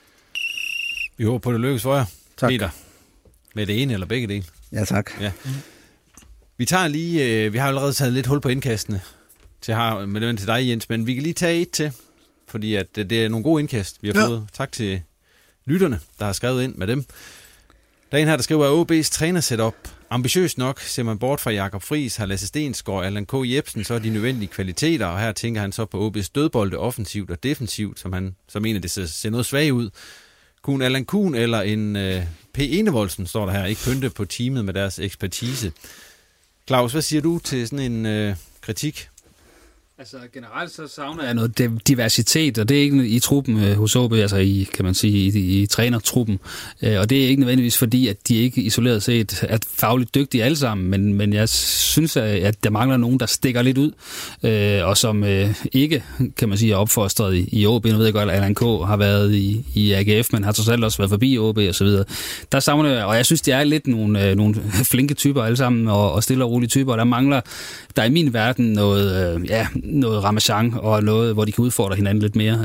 Vi håber på, det lykkes for jer, tak. Peter. Med det ene eller begge dele. Ja, tak. Ja. Vi tager lige, vi har allerede taget lidt hul på indkastene med til dig, Jens, men vi kan lige tage et til, fordi at det er nogle gode indkast, vi har fået. Tak til lytterne, der har skrevet ind med dem. Der er en her, der skriver, at OB's trænersetup ambitiøst nok, ser man bort fra Jakob Friis, har Lasse Stensgaard, Allan K. Jebsen, så er de nødvendige kvaliteter, og her tænker han så på OB's dødbolde offensivt og defensivt, som en af det ser noget svagt ud. Kunne Allan Kuhn eller en P. Enevoldsen, står der her, ikke pynte på teamet med deres ekspertise. Claus, hvad siger du til sådan en kritik? Altså generelt så savner jeg noget diversitet, og det er ikke i truppen hos OB, altså i trænertruppen. Og det er ikke nødvendigvis fordi, at de ikke isoleret set er fagligt dygtige alle sammen, men jeg synes, at der mangler nogen, der stikker lidt ud, og som ikke, kan man sige, er opfostret i OB. Nu ved jeg godt, at Allan K. har været i AGF, men har trods alt også været forbi OB og så videre. Der savner jeg, og jeg synes, de er lidt nogle flinke typer alle sammen, og stille og rolige typer, og der mangler der i min verden noget ramachan og noget, hvor de kan udfordre hinanden lidt mere.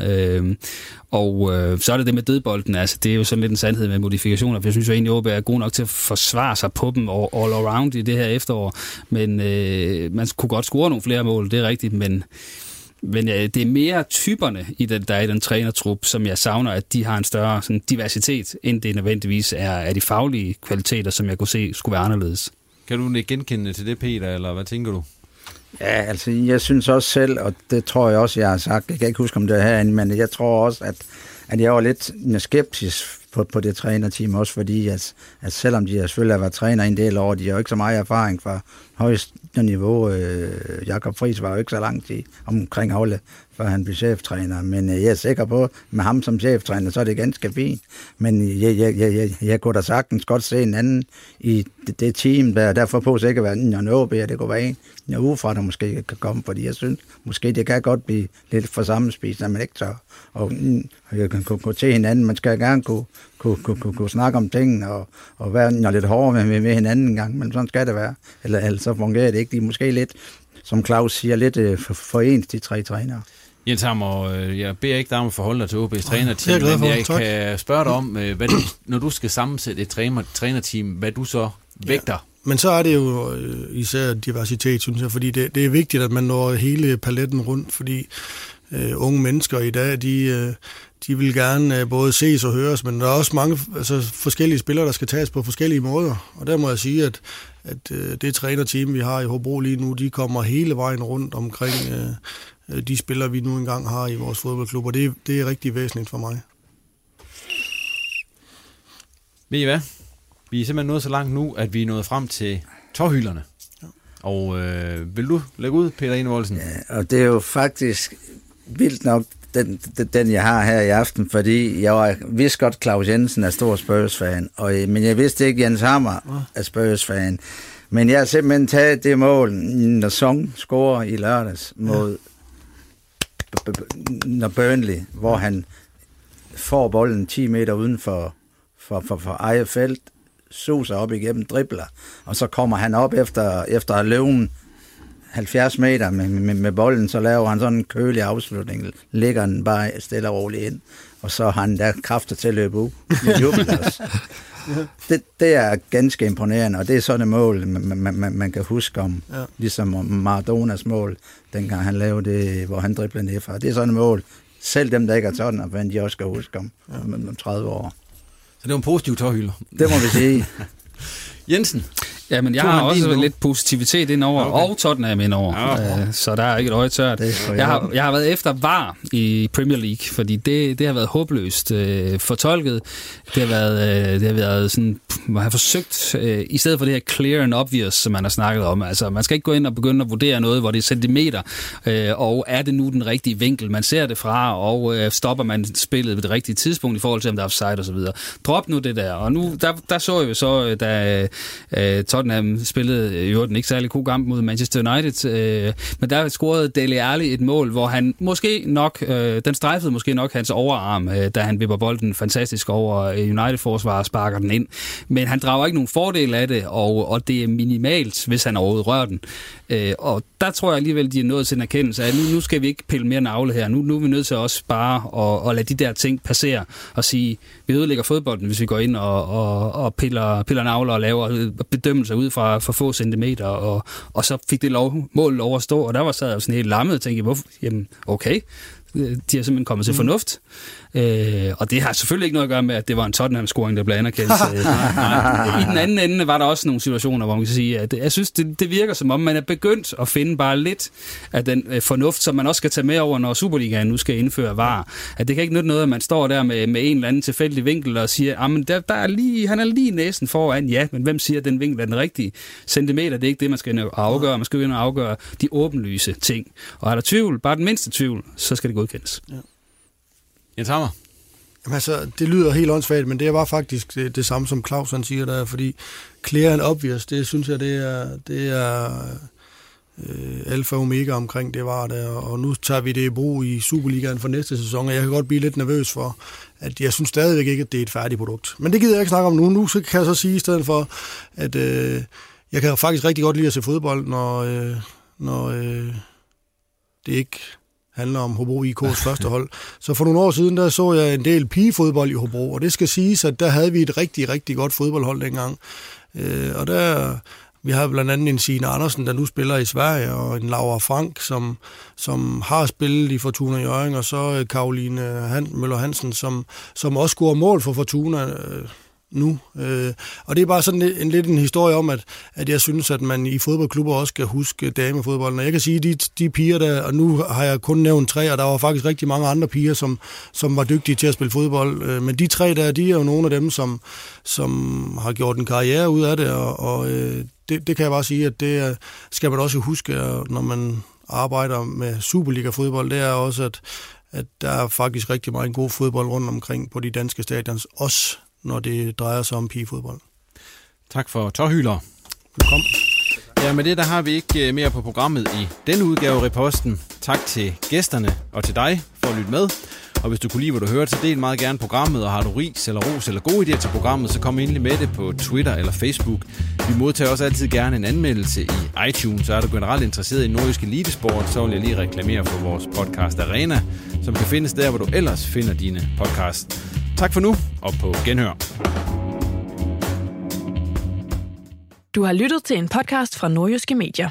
Så er det med dødbolden. Altså, det er jo sådan lidt en sandhed med modifikationer, for jeg synes jo egentlig, at OB er god nok til at forsvare sig på dem all around i det her efterår. Men man kunne godt score nogle flere mål, det er rigtigt, men det er mere typerne, der er i den trænertrup, som jeg savner, at de har en større sådan, diversitet, end det nødvendigvis er de faglige kvaliteter, som jeg kunne se skulle være anderledes. Kan du ikke genkende til det, Peter, eller hvad tænker du? Ja, altså jeg synes også selv, og det tror jeg også, jeg har sagt, jeg kan ikke huske om det herinde, men jeg tror også, at jeg var lidt skeptisk på det trænerteam, også fordi, at selvom de selvfølgelig har været træner en del år, de har jo ikke så meget erfaring fra højeste niveau. Jakob Friis var jo ikke så langt omkring holdet, før han blev cheftræner, men jeg er sikker på, med ham som cheftræner, så er det ganske fint. Men jeg kunne da sagtens godt se en anden i det team, der derfor på sig ikke at være en OB, og det kunne være en udefra, der måske kan komme, fordi jeg synes, måske det kan godt blive lidt for sammenspist, når man ikke tør og gå til hinanden. Man skal gerne kunne snakke om tingene og være lidt hårdere med hinanden en gang, men sådan skal det være. Eller så fungerer det ikke. De er måske lidt, som Claus siger, lidt forenet, de tre trænere. Jens Hammer, jeg beder ikke dig om at forholde dig til OB's trænerteam, men jeg kan spørge dig om, når du skal sammensætte et trænerteam, hvad du så vægter? Ja. Men så er det jo især diversitet, synes jeg, fordi det er vigtigt, at man når hele paletten rundt, fordi unge mennesker i dag, de vil gerne både ses og høres, men der er også mange forskellige spillere, der skal tages på forskellige måder. Og der må jeg sige, at det trænerteam, vi har i Hobro lige nu, de kommer hele vejen rundt omkring de spillere, vi nu engang har i vores fodboldklub, og det er rigtig væsentligt for mig. Ved I hvad? Vi er simpelthen nået så langt nu, at vi er nået frem til tårhylderne. Ja. Og vil du lægge ud, Peter Enevoldsen? Ja, og det er jo faktisk vildt nok, den jeg har her i aften, fordi jeg vidste godt, Claus Jensen er stor Spurs-fan, men jeg vidste ikke, Jens Hammer er Spurs-fan. Men jeg har simpelthen taget det mål, når Song scorer i lørdags mod Burnley, hvor han får bolden 10 meter uden for eget felt, suser op igennem, dribler, og så kommer han op efter løven 70 meter med bolden, så laver han sådan en kølig afslutning, lægger den bare stille og roligt ind, og så har han der kræfter til at løbe ud. Det er ganske imponerende, og det er sådan et mål, man kan huske om. Ja. Ligesom om Maradonas mål, dengang han lavede det, hvor han driblede ned fra. Det er sådan et mål. Selv dem, der ikke er Tottenham, de også skal huske om 30 år. Så det var en positiv tårhylder. Det må vi sige. Jensen? Ja, men jeg har også lidt positivitet indover, okay. Og Tottenham indover, så der er ikke et øje tørt. Jeg har været efter VAR i Premier League, fordi det har været håbløst fortolket. Det har været sådan, man har forsøgt, i stedet for det her clear and obvious, som man har snakket om. Altså, man skal ikke gå ind og begynde at vurdere noget, hvor det er centimeter, og er det nu den rigtige vinkel, man ser det fra, og stopper man spillet ved det rigtige tidspunkt i forhold til, om der er offside og så videre. Drop nu det der, og nu, der så jeg jo så, da Tottenham spillede jo den ikke særlig god kamp mod Manchester United, men der scorede Dele Alli et mål, hvor han måske nok, den strejfede måske nok hans overarm, da han vipper bolden fantastisk over United-forsvaret og sparker den ind. Men han drager ikke nogen fordel af det, og det er minimalt, hvis han overhovedet rører den. Og der tror jeg alligevel, de er nået til en erkendelse af, at nu skal vi ikke pille mere navle her. Nu er vi nødt til også bare at lade de der ting passere og sige, vi ødelægger fodbolden, hvis vi går ind og piller navler og laver bedømmelser ud fra få centimeter, og så fik det mål lov at stå, og der var så sådan helt lammet og tænkte, hvorfor? Jamen, okay. De har simpelthen kommet til fornuft. Og det har selvfølgelig ikke noget at gøre med, at det var en Tottenham-scoring, der blev anerkendt. I den anden ende var der også nogle situationer, hvor man kan sige, at jeg synes, det virker som om, man er begyndt at finde bare lidt af den fornuft, som man også skal tage med over, når Superligaen nu skal indføre VAR. At det kan ikke nytte noget, at man står der med en eller anden tilfældig vinkel og siger, han er lige næsten foran, ja, men hvem siger, at den vinkel er den rigtige? Centimeter, det er ikke det, man skal afgøre. Man skal jo afgøre de åbenlyse ting. Og er der tvivl, bare den mindste tvivl, så skal det godkendes. Ja. Jens Hammer? Jamen altså, det lyder helt åndssvagt, men det var faktisk det samme, som Claus han siger der, fordi clear and obvious, det synes jeg, det er alfa og omega omkring det var der, og nu tager vi det i brug i Superligaen for næste sæson, og jeg kan godt blive lidt nervøs for, at jeg synes stadigvæk ikke, at det er et færdigt produkt. Men det gider jeg ikke snakke om nu. Nu kan jeg så sige i stedet for, at jeg kan faktisk rigtig godt lide at se fodbold, når det ikke handler om Hobro IK's første hold. Så for nogle år siden, der så jeg en del pigefodbold i Hobro, og det skal siges, at der havde vi et rigtig, rigtig godt fodboldhold dengang. Og vi har blandt andet en Signe Andersen, der nu spiller i Sverige, og en Laura Frank, som har spillet i Fortuna Hjørring, og så Karoline Møller Hansen, som også scorer mål for Fortuna nu. Og det er bare sådan lidt en historie om, at jeg synes, at man i fodboldklubber også skal huske damefodbolden. Og jeg kan sige, de piger der, og nu har jeg kun nævnt 3, og der var faktisk rigtig mange andre piger, som var dygtige til at spille fodbold. Men de 3 der, de er jo nogle af dem, som har gjort en karriere ud af det, og det kan jeg bare sige, at det skal man også huske, når man arbejder med Superliga-fodbold. Det er også, at der er faktisk rigtig meget god fodbold rundt omkring på de danske stadions, også når det drejer sig om pigefodbold. Tak for tårhyler. Velkommen. Ja, med det der har vi ikke mere på programmet i denne udgave af Reposten. Tak til gæsterne og til dig for at lytte med. Og hvis du kunne lide, hvad du hørte, så del meget gerne programmet, og har du ris eller ros eller gode idéer til programmet, så kom endelig med det på Twitter eller Facebook. Vi modtager også altid gerne en anmeldelse i iTunes, så er du generelt interesseret i nordisk elitesport, så vil jeg lige reklamere for vores podcast Arena, som kan findes der, hvor du ellers finder dine podcasts. Tak for nu, og på genhør. Du har lyttet til en podcast fra Nordjyske Medier.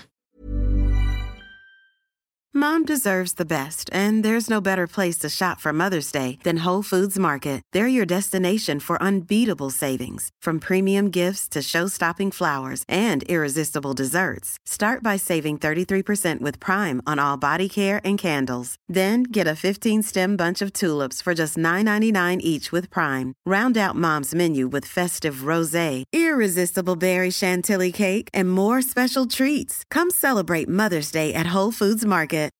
Mom deserves the best, and there's no better place to shop for Mother's Day than Whole Foods Market. They're your destination for unbeatable savings, from premium gifts to show-stopping flowers and irresistible desserts. Start by saving 33% with Prime on all body care and candles. Then get a 15-stem bunch of tulips for just $9.99 each with Prime. Round out Mom's menu with festive rosé, irresistible berry chantilly cake, and more special treats. Come celebrate Mother's Day at Whole Foods Market.